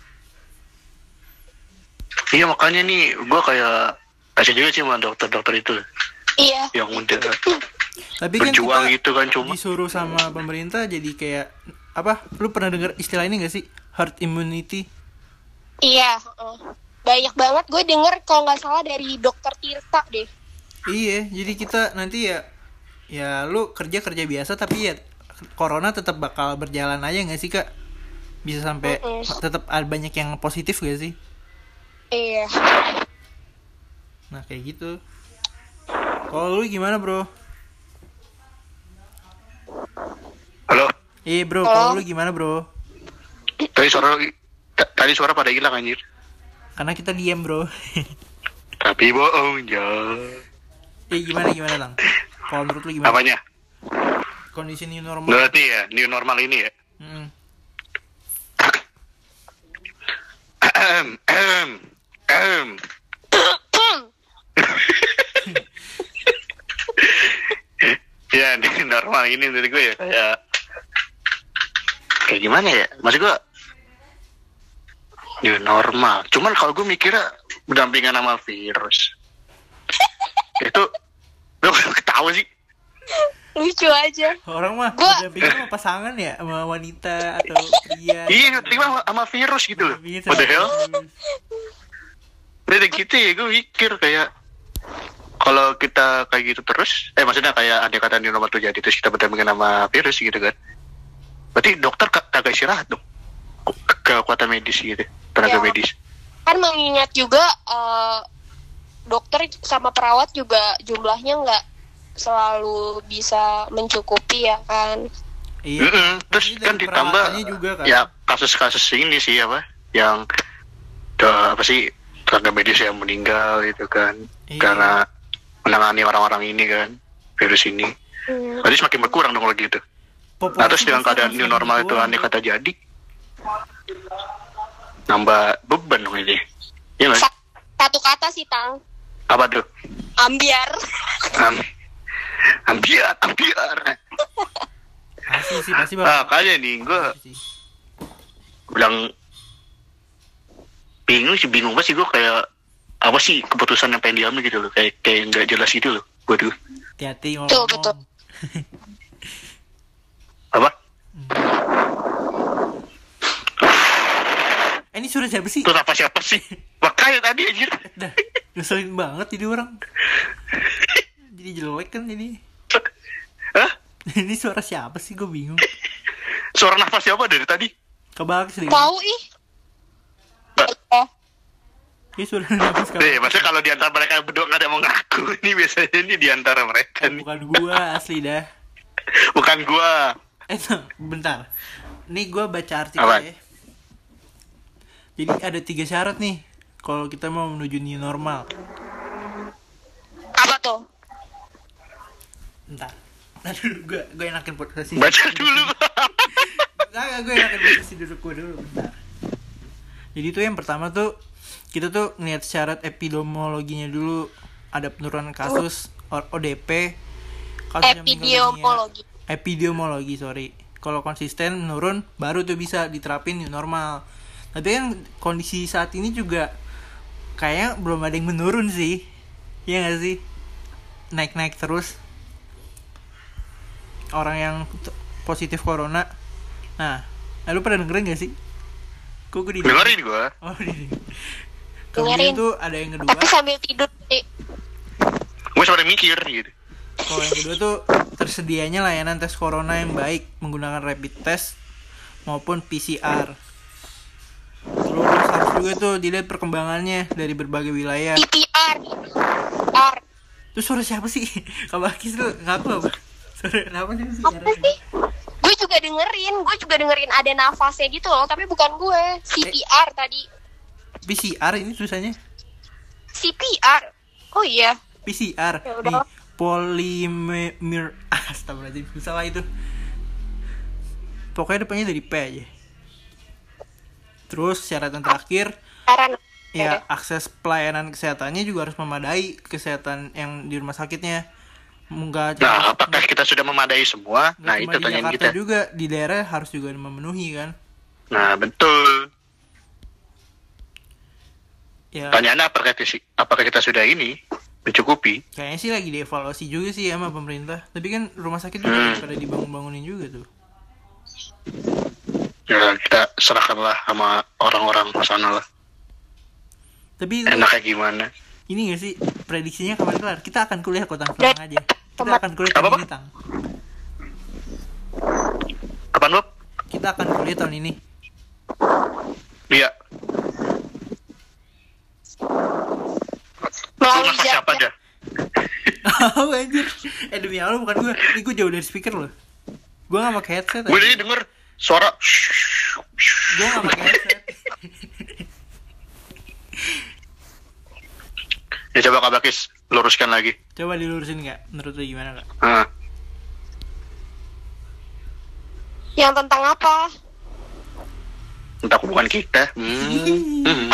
Iya makanya nih gua kayak kasian juga sih sama dokter-dokter itu Iya. yang udah Tapi kan berjuang kita gitu kan cuma. disuruh sama pemerintah jadi kayak apa? Lu pernah dengar istilah ini gak sih? Herd immunity. Iya. heeh. Banyak banget gue denger kalau nggak salah dari dokter Tirta deh. Iya, jadi kita nanti ya ya lu kerja kerja biasa tapi ya corona tetap bakal berjalan aja nggak sih, Kak? Bisa sampai Mm-mm. tetap ada banyak yang positif gak sih? Iya. Nah, kayak gitu. Kalau lu gimana, Bro? Halo. Iya, Bro. Halo? Kalau lu gimana, Bro? Tadi suara t- tadi suara pada hilang anjir. Karena kita diam, Bro. Tapi bohong ya. Eh, gimana gimana, Tang? Kalau menurut lu gimana? Apanya? Kondisi new normal. Berarti ya new normal ini ya. Mm. Ahem, ahem, ahem. Ya new normal ini dari gue ya kayak kayak gimana ya? Maksud gue new normal. Cuman kalau gue mikirnya berdampingan sama virus. Itu lo ketawa sih. Lucu aja. Orang mah Gua- berdampingan sama pasangan ya, sama wanita atau pria. Iya, tiba sama virus gitu loh. Berdampingan What the sama hell? virus. Dari gitu ya, gue mikir kayak kalau kita kayak gitu terus, eh maksudnya kayak ada kata new normal terjadi terus kita berdampingan sama virus gitu kan. Berarti dokter k- kagak istirahat dong. Ke- Kekuatan medis gitu, tenaga Ya. medis. Kan mengingat juga eh, dokter sama perawat juga jumlahnya nggak selalu bisa mencukupi ya kan. Iya. Mm-mm. Terus Ini kan dari ditambah perawatannya juga kan. ya kasus-kasus ini sih apa yang the, apa sih tenaga medis yang meninggal gitu kan Iya. karena menangani orang-orang ini kan virus ini. Hmm. Berarti semakin berkurang dong kalau gitu. Nah terus dengan keadaan new normal itu aneh kata jadi nambah beban dong ini. Iya nggak? Sa- Satu kata sih Tang, Apa tuh? ambiar. Am ambiar, ambiar. Pasti sih, pasti Ah, bakal. kayaknya nih gue Pasti sih. bilang bingung sih, bingung banget sih gue kayak apa sih keputusan yang pengen diambil gitu loh, kayak kayak nggak jelas itu loh gue tuh. Hati-hati ngomong. Betul, betul. Apa? Eh, ini suara siapa sih? Terus apa siapa sih? Makanya tadi anjir. Dah, ngeselin banget jadi orang. Jadi jelek kan jadi. Hah? Ini suara siapa sih? Gue bingung. Suara nafas siapa dari tadi? Kebak sih. Mau ih. Eh, Ini suara nafas Eh, kebak. maksudnya kalau diantara mereka berdua nggak ada yang mau ngaku, ini biasanya ini diantara mereka nih. Bukan gua asli dah. Bukan gua. Eh, tuh, bentar. Nih gua baca artikel Apaan? ya. Jadi ada tiga syarat nih kalau kita mau menuju new normal. apa tuh? Bentar. Aduh, gue gue enakin posisi. Baca dulu. Enggak, gue enakin posisi duduk gue dulu bentar. Jadi tuh yang pertama tuh kita tuh ngeliat syarat epidemiologinya dulu, ada penurunan kasus O- ODP, kasus yang meninggal dunia. Epidemiologi. Epidemiologi, sorry. Kalau konsisten menurun, baru tuh bisa diterapin new normal. Tapi kan kondisi saat ini juga kayaknya belum ada yang menurun sih. Iya gak sih? Naik-naik terus orang yang t- positif corona. Nah, nah lu pada dengerin gak sih? Kok gue didengerin? Dengerin gua. Oh, didengerin. Kemudian Dengerin. tuh ada yang kedua. Tapi sambil tidur sih. Gue sampai mikir gitu. Kalau yang kedua tuh tersedianya layanan tes corona yang baik menggunakan rapid test maupun P C R. Terus harus juga tuh dilihat perkembangannya dari berbagai wilayah. P P R. R. Terus suara siapa sih? Kalau Akis tuh ngaku apa? Suara kenapa sih? Apa sih? Gue juga dengerin, gue juga dengerin ada nafasnya gitu loh, tapi bukan gue. C P R tadi. P C R ini susahnya. C P R. Oh iya. P C R. Ya udah. Nih, polimer astagfirullahaladzim, susah lah itu. Pokoknya depannya dari P aja. Terus syarat yang terakhir, Saran. ya akses pelayanan kesehatannya juga harus memadai, kesehatan yang di rumah sakitnya. Enggak Nah, apakah kita sudah memadai semua? nggak Nah, cuma itu di pertanyaan Jakarta kita. juga, di daerah harus juga memenuhi kan. Nah, betul. Ya Pertanyaannya apakah kita, apakah kita sudah ini mencukupi? kayaknya sih lagi dievaluasi juga sih sama pemerintah. Tapi kan rumah sakit juga Hmm. pada dibangun-bangunin juga tuh. Ya, kita serahkanlah sama orang-orang sana lah. Tapi Enaknya gimana? ini gak sih prediksinya kapan kelar? Kita akan kuliah kok Tang, tenang aja. Kita akan kuliah Apa, tahun Pak? ini Tang. Apaan, Bob? Kita akan kuliah tahun ini. Iya. Lu Melalui nafas siapa jarak. aja? Oh anjir. Eh demi Allah bukan gue. Ini gue jauh dari speaker loh. Gue gak pakai headset. Gue aja. tadi denger suara. Gue gak pakai headset. Ya coba Kak Bakis luruskan lagi. Coba dilurusin nggak? Menurut lu gimana nggak? Ah. Yang tentang apa? Tentang hubungan kita. Hmm. Hmm.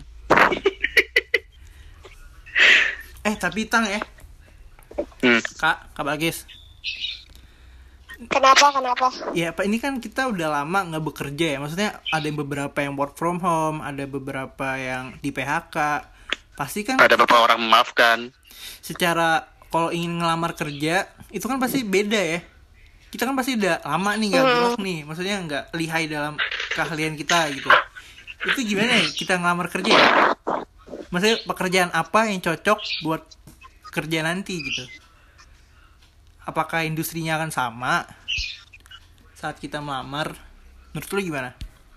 Eh tapi Tang ya, Hmm. Kak, Kak Bagis. Kenapa? Kenapa? Ya Pak, ini kan kita udah lama nggak bekerja ya. Maksudnya ada yang beberapa yang work from home, ada beberapa yang di P H K. Pasti kan Ada beberapa orang memaafkan. secara kalau ingin ngelamar kerja itu kan pasti beda ya. Kita kan pasti udah lama nih nggak gerak nih, maksudnya nggak lihai dalam keahlian kita gitu. Itu gimana ya kita ngelamar kerja ya? Maksudnya pekerjaan apa yang cocok buat kerja nanti gitu? Apakah industrinya akan sama saat kita melamar? Menurut lu gimana?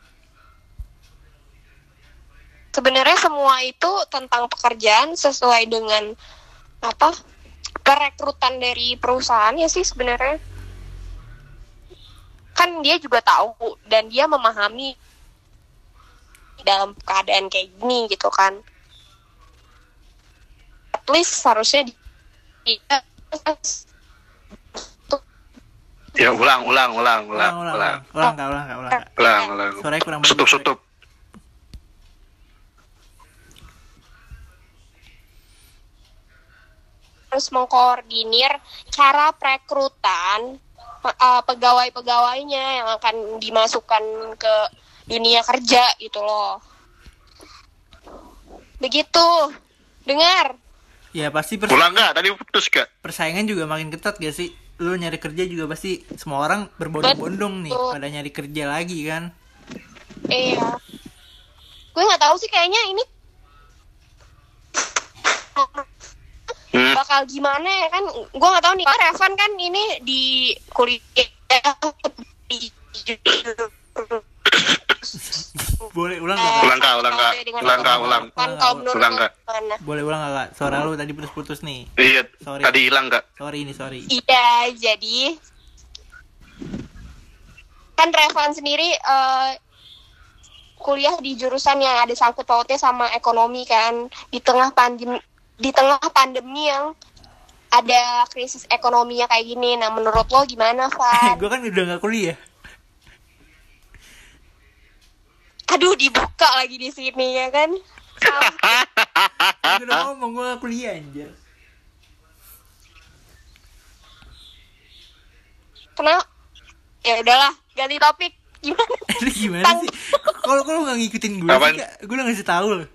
Sebenarnya semua itu tentang pekerjaan sesuai dengan apa? Perekrutan dari perusahaan ya sih sebenarnya. Kan dia juga tahu dan dia memahami dalam keadaan kayak gini gitu kan. At least harusnya dia Ya ulang, ulang, ulang, ulang, ulang, ulang, ulang, ulang, nggak, ulang, nggak, ulang, nggak. ulang, ulang. Suaranya kurang Sutup, bagus. sutup. harus mengkoordinir cara perekrutan uh, pegawai-pegawainya yang akan dimasukkan ke dunia kerja gitu loh. Begitu. Dengar. Ya pasti pers- Ulang nggak? Tadi putus gak? persaingan juga makin ketat gak sih? Lu nyari kerja juga pasti semua orang berbondong-bondong nih Betul. pada nyari kerja lagi kan. Iya. Gue nggak tahu sih kayaknya ini Hmm. bakal gimana ya kan. Gue nggak tahu nih. Revan kan ini di kuliah di Boleh ulang nggak? Kak? Ulang kak, ulang kak, ulang kak, ulang. Kan kalau menurut Ulang, lo Kak. gimana? Boleh ulang nggak Kak? Suara lu tadi putus-putus nih. Iya, Sorry. tadi hilang kak. Sorry ini sorry. Iya, jadi kan Revan sendiri eh, kuliah di jurusan yang ada sangkut pautnya sama ekonomi kan, di tengah pandemi di tengah pandemi yang ada krisis ekonominya kayak gini. Nah, menurut lo gimana, Van? Gue kan udah nggak kuliah. Aduh, dibuka lagi di sini ya kan? Gue udah ngomong gue nggak kuliah anjir. Kenapa? Ya udahlah, ganti topik. Gimana? Ini gimana sih? Kalau kalau nggak ngikutin gue Apaan? sih Kak, gue udah ngasih tahu loh.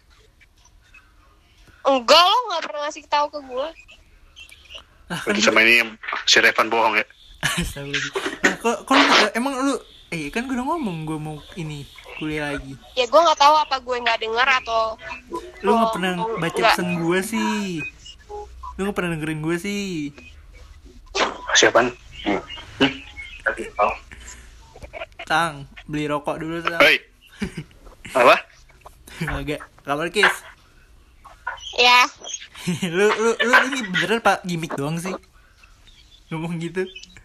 Enggak, lo nggak pernah ngasih tahu ke gue. Lah kan Berarti sama ini si Revan bohong ya. Astagfirullahaladzim. Nah, kalau kalau emang lu eh kan gue udah ngomong gue mau ini kuliah lagi. Ya gue nggak tahu apa gue nggak dengar atau Lu nggak lo- pernah baca nggak. pesan gue sih. Lu nggak pernah dengerin gue sih. Siapaan? Hmm. Oh. Tang, beli rokok dulu Tang. Hei. Apa? Agak kabar Kis. Ya, lu, lu lu ini beneran pak gimmick doang sih ngomong gitu.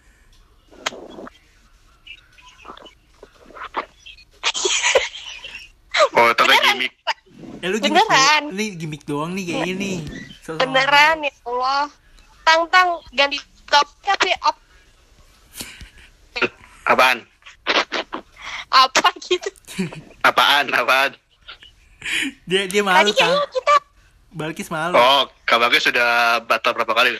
Oh, tadi gimmick. Ya lu gimmick Beneran. doang. Ini gimmick doang nih kayak gini. So- beneran ya Allah. Tang tang ganti topik tapi ap- Apaan? apa gitu. Apaan? Apaan? Dia dia malu Tadi kayaknya Tang. kita Balkis malu. Oh, kabarnya sudah batal berapa kali?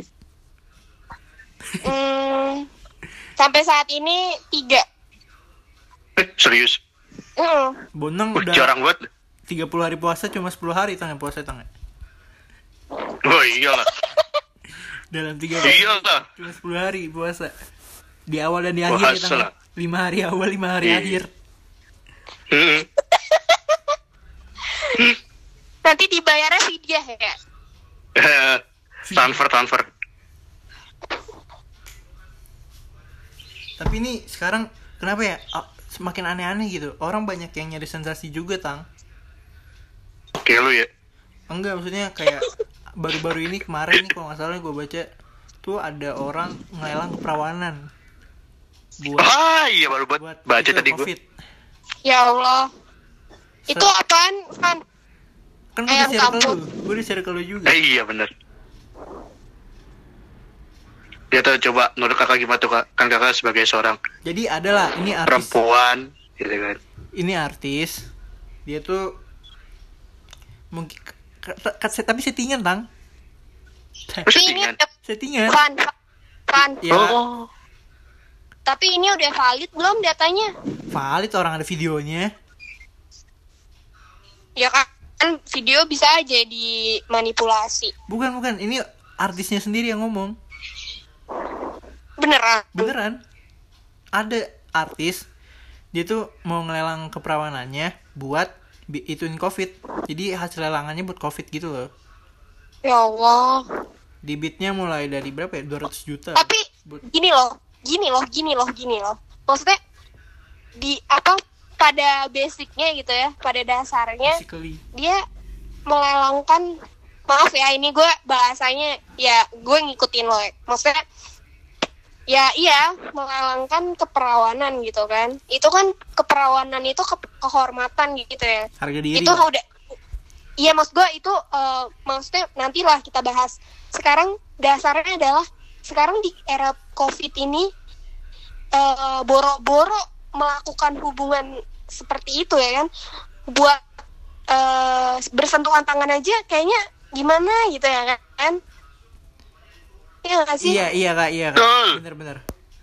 hmm, sampai saat ini tiga. Eh, serius? Mm. Bonang Uh, udah jarang banget. tiga puluh hari puasa cuma sepuluh hari Tang yang puasa Tang. Oh iyalah. Dalam tiga puluh Iyalah. cuma sepuluh hari puasa. Di awal dan di akhir ya, Puasa Tang. lah. lima hari awal, lima hari Iya. akhir. Hmm. Nanti dibayarnya fidyah ya. Eh, transfer, transfer. Tapi ini sekarang kenapa ya ah, semakin aneh-aneh gitu. Orang banyak yang nyari sensasi juga Tang. Kayak lu ya. Enggak, maksudnya kayak baru-baru ini kemarin nih kalau nggak salah gue baca tuh ada orang ngelelang keperawanan buat Ah iya baru buat buat baca itu, tadi gue. COVID. Ya Allah. Itu apaan, Van? Kan gue di Ayam circle kampung. lu, gue di circle lu juga. Eh, iya bener. Ya tuh coba menurut kakak gimana tuh kak? Kan kakak sebagai seorang Jadi adalah ini artis, perempuan, gitu kan? ini artis, dia tuh mungkin k- k- k- tapi settingan tang, Oh, Tapi ini settingan? udah settingan. fun, fun. Ya Oh, Tapi ini udah valid belum datanya? valid, orang ada videonya. Ya kan video bisa aja dimanipulasi. Bukan bukan, ini artisnya sendiri yang ngomong. Beneran? Beneran. Ada artis, dia tuh mau ngelelang keperawanannya buat bi- ituin covid. Jadi hasil lelangannya buat covid gitu loh. Ya Allah. Di beatnya mulai dari berapa ya? dua ratus juta. Tapi Buat- gini loh, gini loh, gini loh, gini loh. Maksudnya di apa pada basicnya gitu ya, pada dasarnya basically. dia melelangkan, maaf ya ini gue bahasanya ya gue ngikutin lo ya. Maksudnya ya iya melelangkan keperawanan gitu kan. Itu kan keperawanan itu ke- kehormatan gitu ya. Harga diri. Itu udah iya maksud gue itu eh, maksudnya nantilah kita bahas. Sekarang dasarnya adalah sekarang di era COVID ini eh, boro-boro melakukan hubungan seperti itu ya kan, buat eh, bersentuhan tangan aja kayaknya gimana gitu ya kan. Iya nggak sih? Iya iya kak, iya kak. Betul. Bener-bener.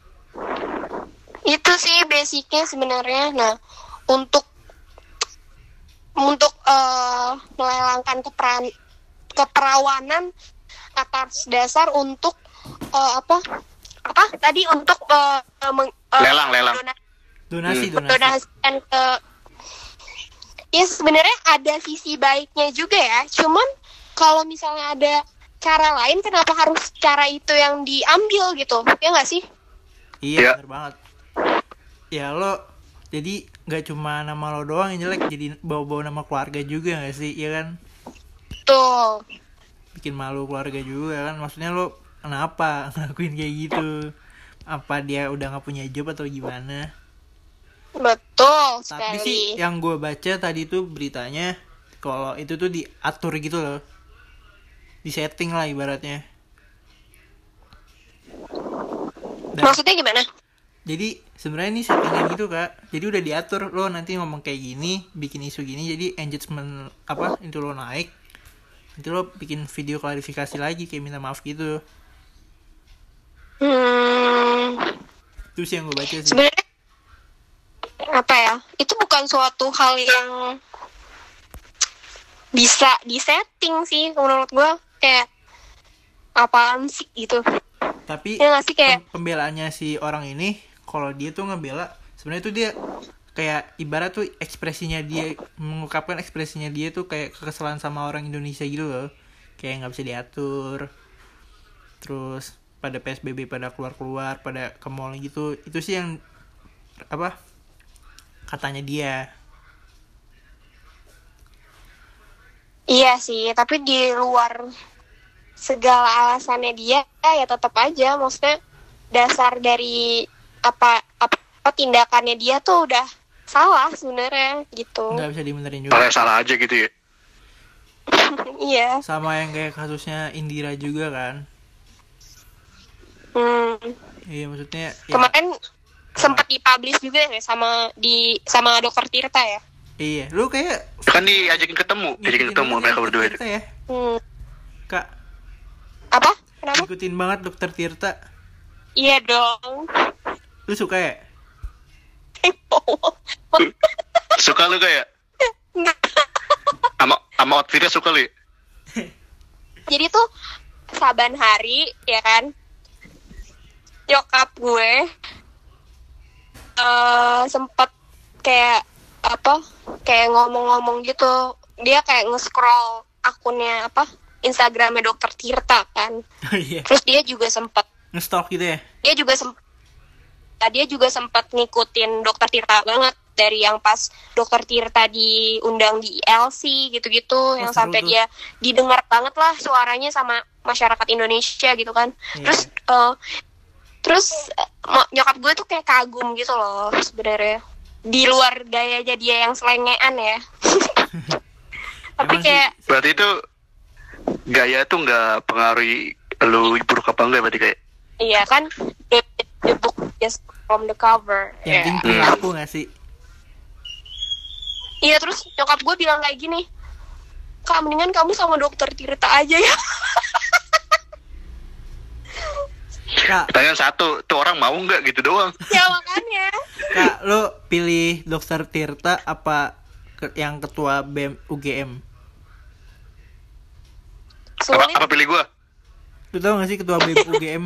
Itu sih basicnya sebenarnya. Nah, untuk untuk eh, melelangkan keperan keperawanan atas dasar untuk eh, apa apa tadi untuk eh, meng- eh, Lelang, lelang. dona- Donasi, Hmm. donasi. mendonasikan ke ya sebenarnya ada sisi baiknya juga ya. Cuman kalau misalnya ada cara lain, kenapa harus cara itu yang diambil gitu? Ya nggak sih? Iya, Iya. bener banget. Ya lo, jadi nggak cuma nama lo doang yang jelek, jadi bawa-bawa nama keluarga juga nggak sih? Iya kan? Tuh. Bikin malu keluarga juga kan? Maksudnya lo kenapa ngelakuin kayak gitu? Apa dia udah nggak punya job atau gimana? Betul Tapi sekali. sih yang gue baca tadi tuh beritanya, kalau itu tuh diatur gitu loh, disetting lah ibaratnya. Dan- Maksudnya gimana? Jadi sebenarnya ini settingan gitu kak. Jadi udah diatur, lo nanti ngomong kayak gini, bikin isu gini, jadi engagement apa itu lo naik. Nanti lo bikin video klarifikasi lagi kayak minta maaf gitu. Hmm, Itu sih yang gue baca sih. sebenarnya apa ya? Itu bukan suatu hal yang bisa disetting sih menurut gue. Kayak apaan sih gitu? Tapi Ya nggak sih kayak pem- pembelaannya si orang ini, kalau dia tuh ngebela, sebenarnya tuh dia kayak ibarat tuh ekspresinya dia, mengungkapkan ekspresinya dia tuh kayak kekesalan sama orang Indonesia gitu loh, kayak nggak bisa diatur. Terus pada P S B B pada keluar-keluar, pada ke mall gitu, itu sih yang apa katanya dia. iya sih, tapi di luar segala alasannya dia ya tetap aja, maksudnya dasar dari apa apa, apa tindakannya dia tuh udah salah sebenarnya gitu. Nggak bisa dibenerin juga. salah salah aja gitu ya. Iya. Sama yang kayak kasusnya Indira juga kan. Hmm. Iya maksudnya ya, Kemarin sempat dipublish juga ya sama di sama Dokter Tirta ya. iya lu kayak Kan diajakin ketemu, diajakin ngikutin ketemu banget mereka Dokter berdua itu. Tirta ya Hmm. kak, Apa? Kenapa? ngikutin banget Dokter Tirta. Iya dong. Lu suka ya? Suka lu kayak sama sama outfitnya suka lu ya? Jadi tuh saban hari ya kan, nyokap gue eh sempet kayak apa kayak ngomong-ngomong gitu, dia kayak nge-scroll akunnya apa Instagramnya Dokter Tirta kan, Oh iya, terus dia juga sempet nge-stalk gitu ya? dia juga sempat dia juga sempat ngikutin Dokter Tirta banget dari yang pas Dokter Tirta diundang di I L C gitu-gitu, yang seru sampai tuh. dia didengar banget lah suaranya sama masyarakat Indonesia gitu kan. Iya. Terus eh, terus eh, mo- nyokap gue tuh kayak kagum gitu loh sebenarnya, di luar gayanya dia yang selengean ya. Tapi Emang kayak sih, Berarti itu gaya tuh nggak pengaruhi lu buruk apa enggak berarti kayak. iya kan, the, the book just from the cover. yang Ya. penting perilaku nggak sih? Iya, terus nyokap gue bilang kayak gini, Kak, mendingan kamu sama dokter Tirta aja ya. Kak, Pertanyaan satu, tuh orang mau nggak gitu doang. Ya makanya. Kak, lo pilih dokter Tirta apa ke- yang ketua B E M U G M? Apa, Sulit. apa pilih gua? Lo tau gak sih ketua B E M U G M?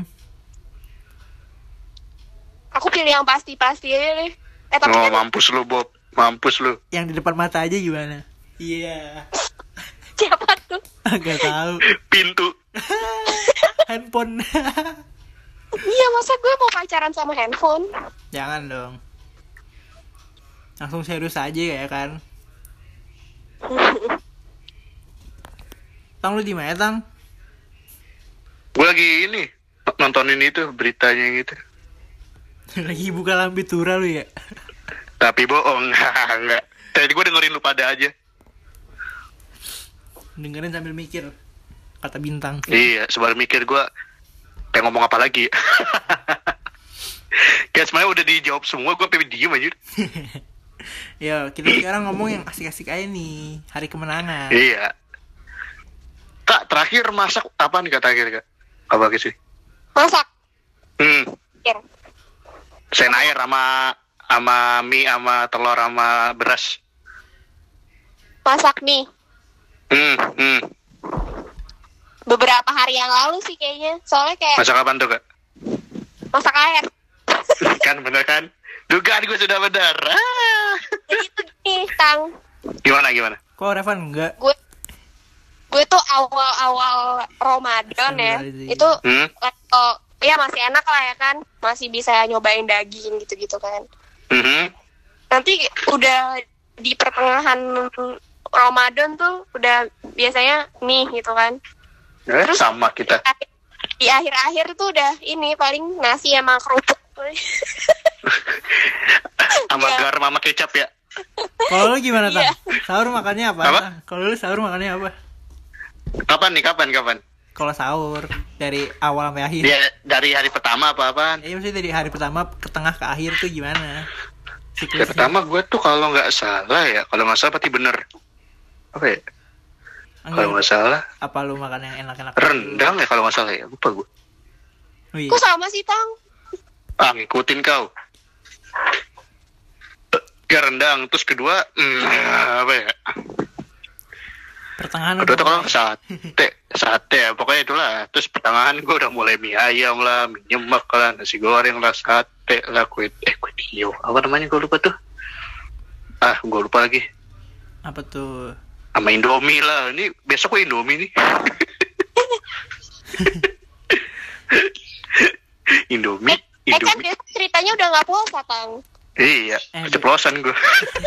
Aku pilih yang pasti-pasti aja deh. Eh tapi Oh, kan mampus lu, Bob. Mampus lu. Yang di depan mata aja gimana? Iya. siapa tuh? Gak tahu. Pintu. Handphone. Iya, masa gue mau pacaran sama handphone? Jangan dong. Langsung serius aja ya kan. Tang, lu di mana, Tang? Gua lagi ini nontonin itu beritanya gitu. Lagi buka lambe tura lu ya? Tapi bohong, enggak. Tadi gua dengerin lu pada aja. Dengerin sambil mikir. Kata bintang. Iya, sebelum mikir gua pengen ngomong apa lagi. Kayak sebenarnya udah dijawab semua, gua pengen diem aja. Yo, kita sekarang ngomong yang asik-asik aja nih. Hari kemenangan. Iya. Kak, terakhir masak apa nih kak terakhir kak? Apa sih? Masak. Hmm, Ya. senair sama sama mie sama telur sama beras. Masak nih. Hmm, hmm. Beberapa hari yang lalu sih kayaknya. Soalnya kayak Masak apaan tuh kak? masak air. Kan bener kan? Dugaan gue sudah benar. Ah. Jadi tuh gini, Tang. Gimana gimana? Kok Revan enggak? Gue gue tuh awal-awal Ramadan ya. Astagfirullahaladzim. Itu Hmm, oh, ya masih enak lah ya kan. Masih bisa nyobain daging gitu-gitu kan. mhm. Nanti udah di pertengahan Ramadan tuh udah biasanya mie gitu kan. Eh, Terus- sama kita. Di akhir-akhir tuh udah ini paling nasi sama kerupuk. Sama Iya. garam sama kecap ya. Kalau lu gimana, Tang? Iya. Sahur makannya apa? Apa? Kalau lu sahur makannya apa? Kapan nih? Kapan kapan? Kalau sahur dari awal sampai akhir. Dia dari hari pertama apa apaan? Ya, maksudnya dari hari pertama ke tengah ke akhir tuh gimana? Hari Siklusnya. pertama gue tuh kalau nggak salah ya, kalau nggak salah pasti bener. Apa ya? Kalau Enggak, nggak salah apa lu makan yang enak-enak? rendang ya kalau nggak salah ya. Lupa gue. Oh, iya. Kok sama sih, Tang? Ah, ngikutin kau. Ya rendang, terus kedua, hmm, apa ya? Pertengahan Kedua udah tuh kalau mulai. sate, sate ya, pokoknya itulah. Terus pertengahan gue udah mulai mie ayam lah, mie nyemek lah, nasi goreng lah, sate lah, kue, eh kue tiaw, apa namanya gue lupa tuh. Ah, gue lupa lagi. Apa tuh? Sama Indomie lah, ini besok gue Indomie nih. Indomie, Eh kan Indomie. besok ceritanya udah nggak puasa, Tang. Iya, Eh, keceplosan gue.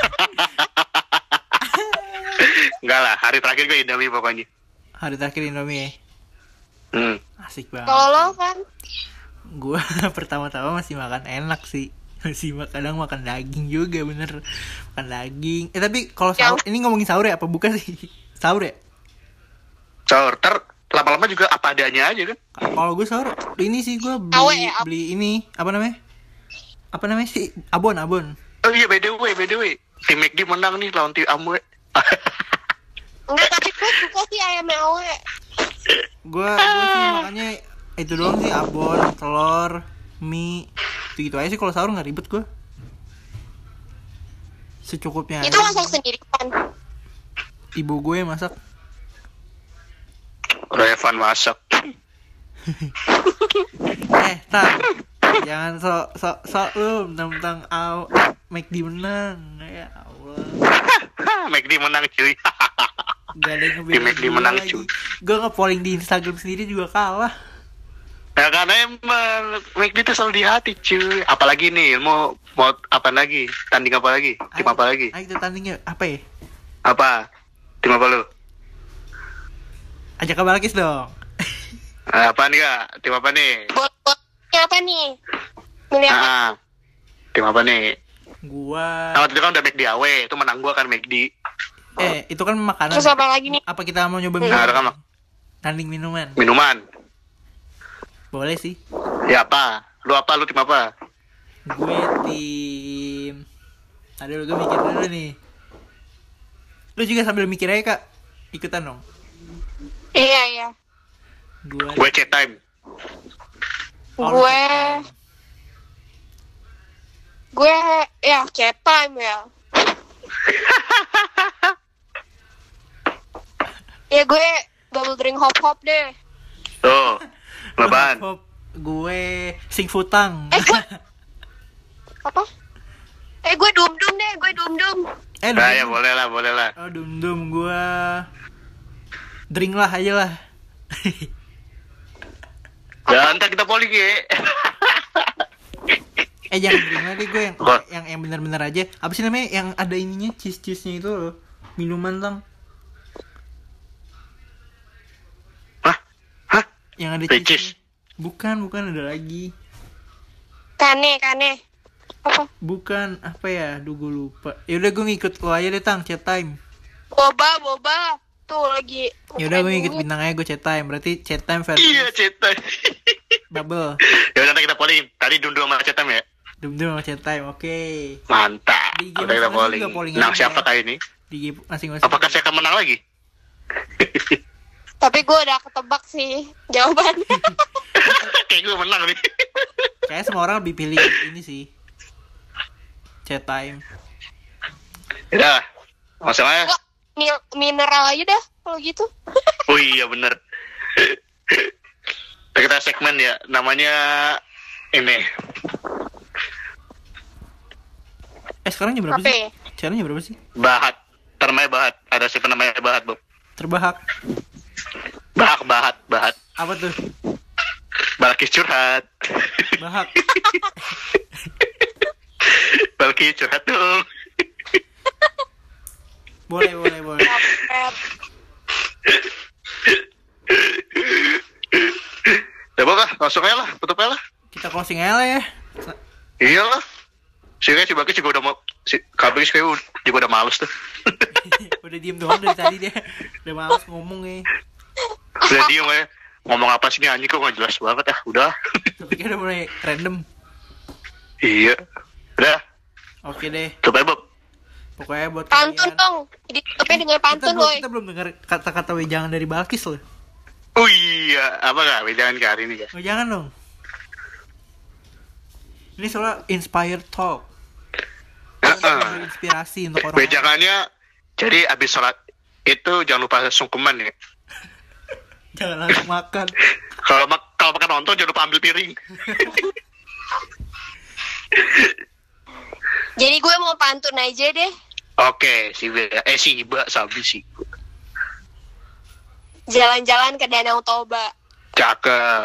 Enggak lah, hari terakhir gue Indomie pokoknya. Hari terakhir Indomie ya? Hmm. Asik banget. Kalau lo kan Gua pertama-tama masih makan enak sih. Masih mak- kadang makan daging juga bener. Makan daging. Eh tapi kalau sahur, ini ngomongin sahur ya apa bukan sih? Sahur ya? Sahur, ter lama-lama juga apa adanya aja kan? Kalau gue sahur, ini sih gue Awe beli, ya, ap- beli ini apa namanya? Apa namanya sih? Abon, abon. Oh iya, by the way, by the way, tim McD menang nih lawan tim Amwe. enggak, tapi gue suka sih ayam awe. Gue gue sih makannya itu doang sih, abon, telur, mie, gitu, -gitu aja sih. Kalau sahur nggak ribet gue. Secukupnya. Itu aja. masak sendiri kan? Ibu gue masak. Revan masak. Eh, Tang, jangan sok sok sok lu tentang au McD menang. Ya Allah. McD menang cuy. Gak ada yang Tim McD menang, cuy. Gue nge-polling di Instagram sendiri juga kalah. Ya karena emang McD itu selalu di hati cuy. Apalagi nih, mau mau apa lagi? Tanding apa lagi? Tim Ayo, apa lagi? Ayo kita tandingnya apa ya? Apa? Tim apa lu? Ajak kabar Balkis dong. Eh, apa nih kak? Tim apa nih? Bol-bolnya apa nih? Milih apa? Ah, tim apa nih? Gua Nah, waktu itu kan udah McD awe, itu menang gua kan McD. Eh, itu kan makanan. Terus apa lagi nih? Apa kita mau nyoba Hmm. Nah, ada minuman? kan Tanding minuman. minuman. Boleh sih. Ya apa? Lu apa? Lu tim apa? Gue tim. Aduh, gue mikir dulu nih. Lu juga sambil mikir aja, Kak. Ikutan dong. Iya, iya. Gue Gue chat time. Oh, Gue gue ya chat time ya. Ya gue bubble drink hop hop deh. Tuh. Leban. Hop, gue sing futang. Eh, gue apa? Eh gue dum dum deh, gue dum dum. eh, Nah, ya dum-dum. boleh lah, boleh lah. Oh, dum-dum gue drink lah aja lah. Ya, ntar kita polling ya. Eh, jangan drink lah deh, gue yang Apa? yang yang benar-benar aja. Apa sih namanya yang ada ininya, cheese-cheese-nya itu loh. Minuman tang. Hah? Hah? Yang ada Peaches. cheese. Bukan, bukan ada lagi. Kane kane. Apa? Bukan, apa ya? Duh, gue lupa. Ya udah gue ngikut lo aja deh, Tang, chat time. Boba boba. Tuh lagi. Ya udah gue ngikut bintang aja, gue chat time. Berarti chat time versus Iya, chat time. bubble. Ya udah, ntar kita polling. Tadi Dundu sama chat time ya. Dum-dum sama chat time. Oke. Mantap. Di game Udah kita masing-masing polling. juga polling Nah, aja. siapa kali ini? Di game masing-masing. Apakah saya akan menang lagi? Tapi gue udah ketebak sih jawabannya. Kayak gue menang nih. Kayaknya semua orang lebih pilih ini sih. Chat time. Udah. Langsung aja. Wah, mi- mineral aja dah kalau gitu. Oh iya bener. Kita segmen ya. Namanya ini. Eh, sekarang jam berapa Apa sih? ya? Caranya berapa sih? Bahat. Namanya Bahat. Ada siapa namanya Bahat, Bob? Terbahak. Bahak, Bahat, Bahat. Apa tuh? Balkis curhat. Bahak. Balkis curhat dong. Boleh, boleh, boleh. Kapret. Ya Bob lah, langsung aja lah, tutup aja lah. Kita closing aja lah ya. Iya lah. Si Kay, si Balkis juga udah mau, si Kabis kayak juga udah males tuh. Udah diem doang dari tadi dia. Udah males ngomong ya. Udah diem ya. Ngomong apa sih nih anjing kok gak jelas banget ah. Udah. Tapi kan udah mulai random. Iya. Udah. Oke deh. Tutup aja Bob. Pokoknya buat Pantun kalian. dong. Ditutupnya dengan Kita pantun belum, boy. kita belum dengar kata-kata wejangan dari Balkis loh. Oh iya. Apa gak? Jangan ke hari ini gak? Wejangan dong. Ini soalnya inspired talk. Heeh. Inspirasi untuk orang. Bejangannya, jadi abis sholat itu jangan lupa sungkeman ya. Jangan langsung makan. Kalau mak kalau makan nonton jangan lupa ambil piring. Jadi gue mau pantun aja deh. Oke, si Be, eh si Iba sabi sih. Jalan-jalan ke Danau Toba. Cakep.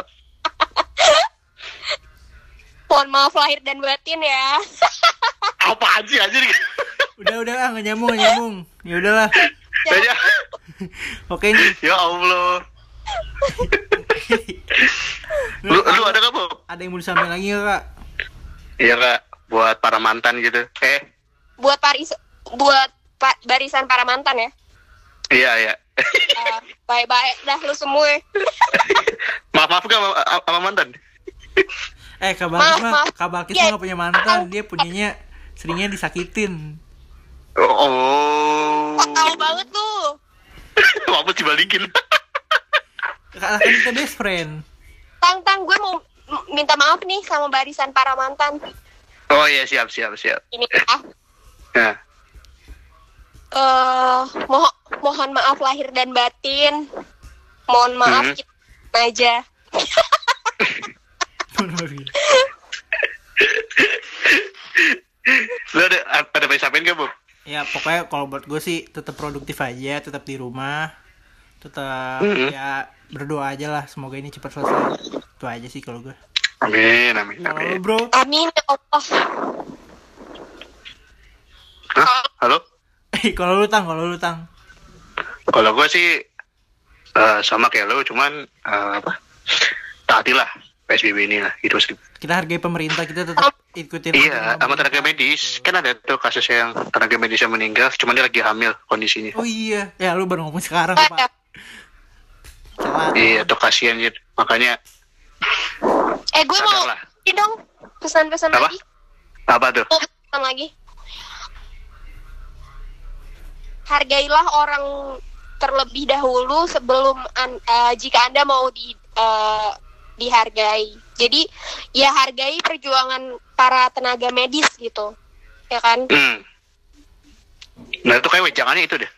Mohon maaf lahir dan batin ya. Apa aja aja nih. Udah, udah, ah, nggak nyambung, nggak nyambung. Ya udahlah. Ya, Oke nih. ya Allah. Lu lu ada gak, Bob? Ada yang mau disampaikan lagi nggak, Kak? Iya Kak, buat para mantan gitu. Eh, Buat paris buat pa- barisan para mantan ya. iya iya. Uh, baik-baik dah lu semua. maaf maaf gak sama, sama mantan? Eh, Kak Maaf, Balkis mah, maaf. Kak Balkis Iya. mah nggak punya mantan. Dia punyanya seringnya disakitin. Oh. Kok tahu banget lu? Apa sih balikin? Kak, kan kita best friend. Tang tang gue mau m- minta maaf nih sama barisan para mantan. Oh iya siap siap siap. Ini ah. Nah, Eh, moho- mohon maaf lahir dan batin. Mohon maaf Mhm. kita aja. lu ada ada apa sampein gak, Bob? Ya pokoknya kalau buat gue sih tetap produktif aja, tetap di rumah, tetap Mhm. ya berdoa aja lah semoga ini cepat selesai. Itu aja sih kalau gue. Amin amin Kalau lu, amin. bro, Amin ya Allah. Hah? Halo? kalau lu tang, kalau lu tang, Kalau gue sih eh, sama kayak lo, cuman eh, apa? Taatilah P S B B ini lah gitu sih. Kita hargai pemerintah, kita tetap ikutin. Iya, sama tenaga medis. Kan ada tuh kasus yang tenaga medis yang meninggal, cuman dia lagi hamil kondisinya. Oh iya, ya lu baru ngomong sekarang Pak. Celat. Iya, tuh kasihan gitu. Makanya Eh gue mau sadarlah. ini dong pesan-pesan Apa? lagi. Apa tuh? Mau pesan lagi. Hargailah orang terlebih dahulu sebelum an- eh, jika Anda mau di eh, dihargai. Jadi ya hargai perjuangan para tenaga medis gitu. Ya kan? Hmm. Nah itu kayak wejangannya itu deh.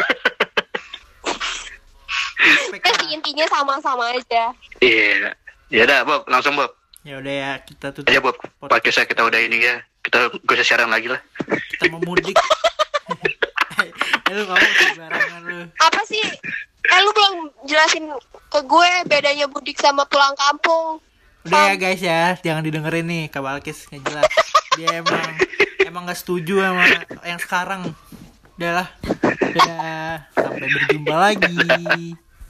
Itu sih intinya sama-sama aja. Iya. Ya udah Bob, langsung Bob. Ya udah ya, kita tutup. Aja Bob, podcastnya kita udah ini ya. Kita gak usah siaran lagi lah. Kita mau mudik. Eh, lu ngomong sembarangan lu. Apa sih? Eh lu belum jelasin ke gue bedanya mudik sama pulang kampung. Udah ya guys ya, jangan didengerin nih Kak Balkis nggak jelas. Dia emang emang nggak setuju sama yang sekarang. Udahlah. Dadah. Sampai berjumpa lagi.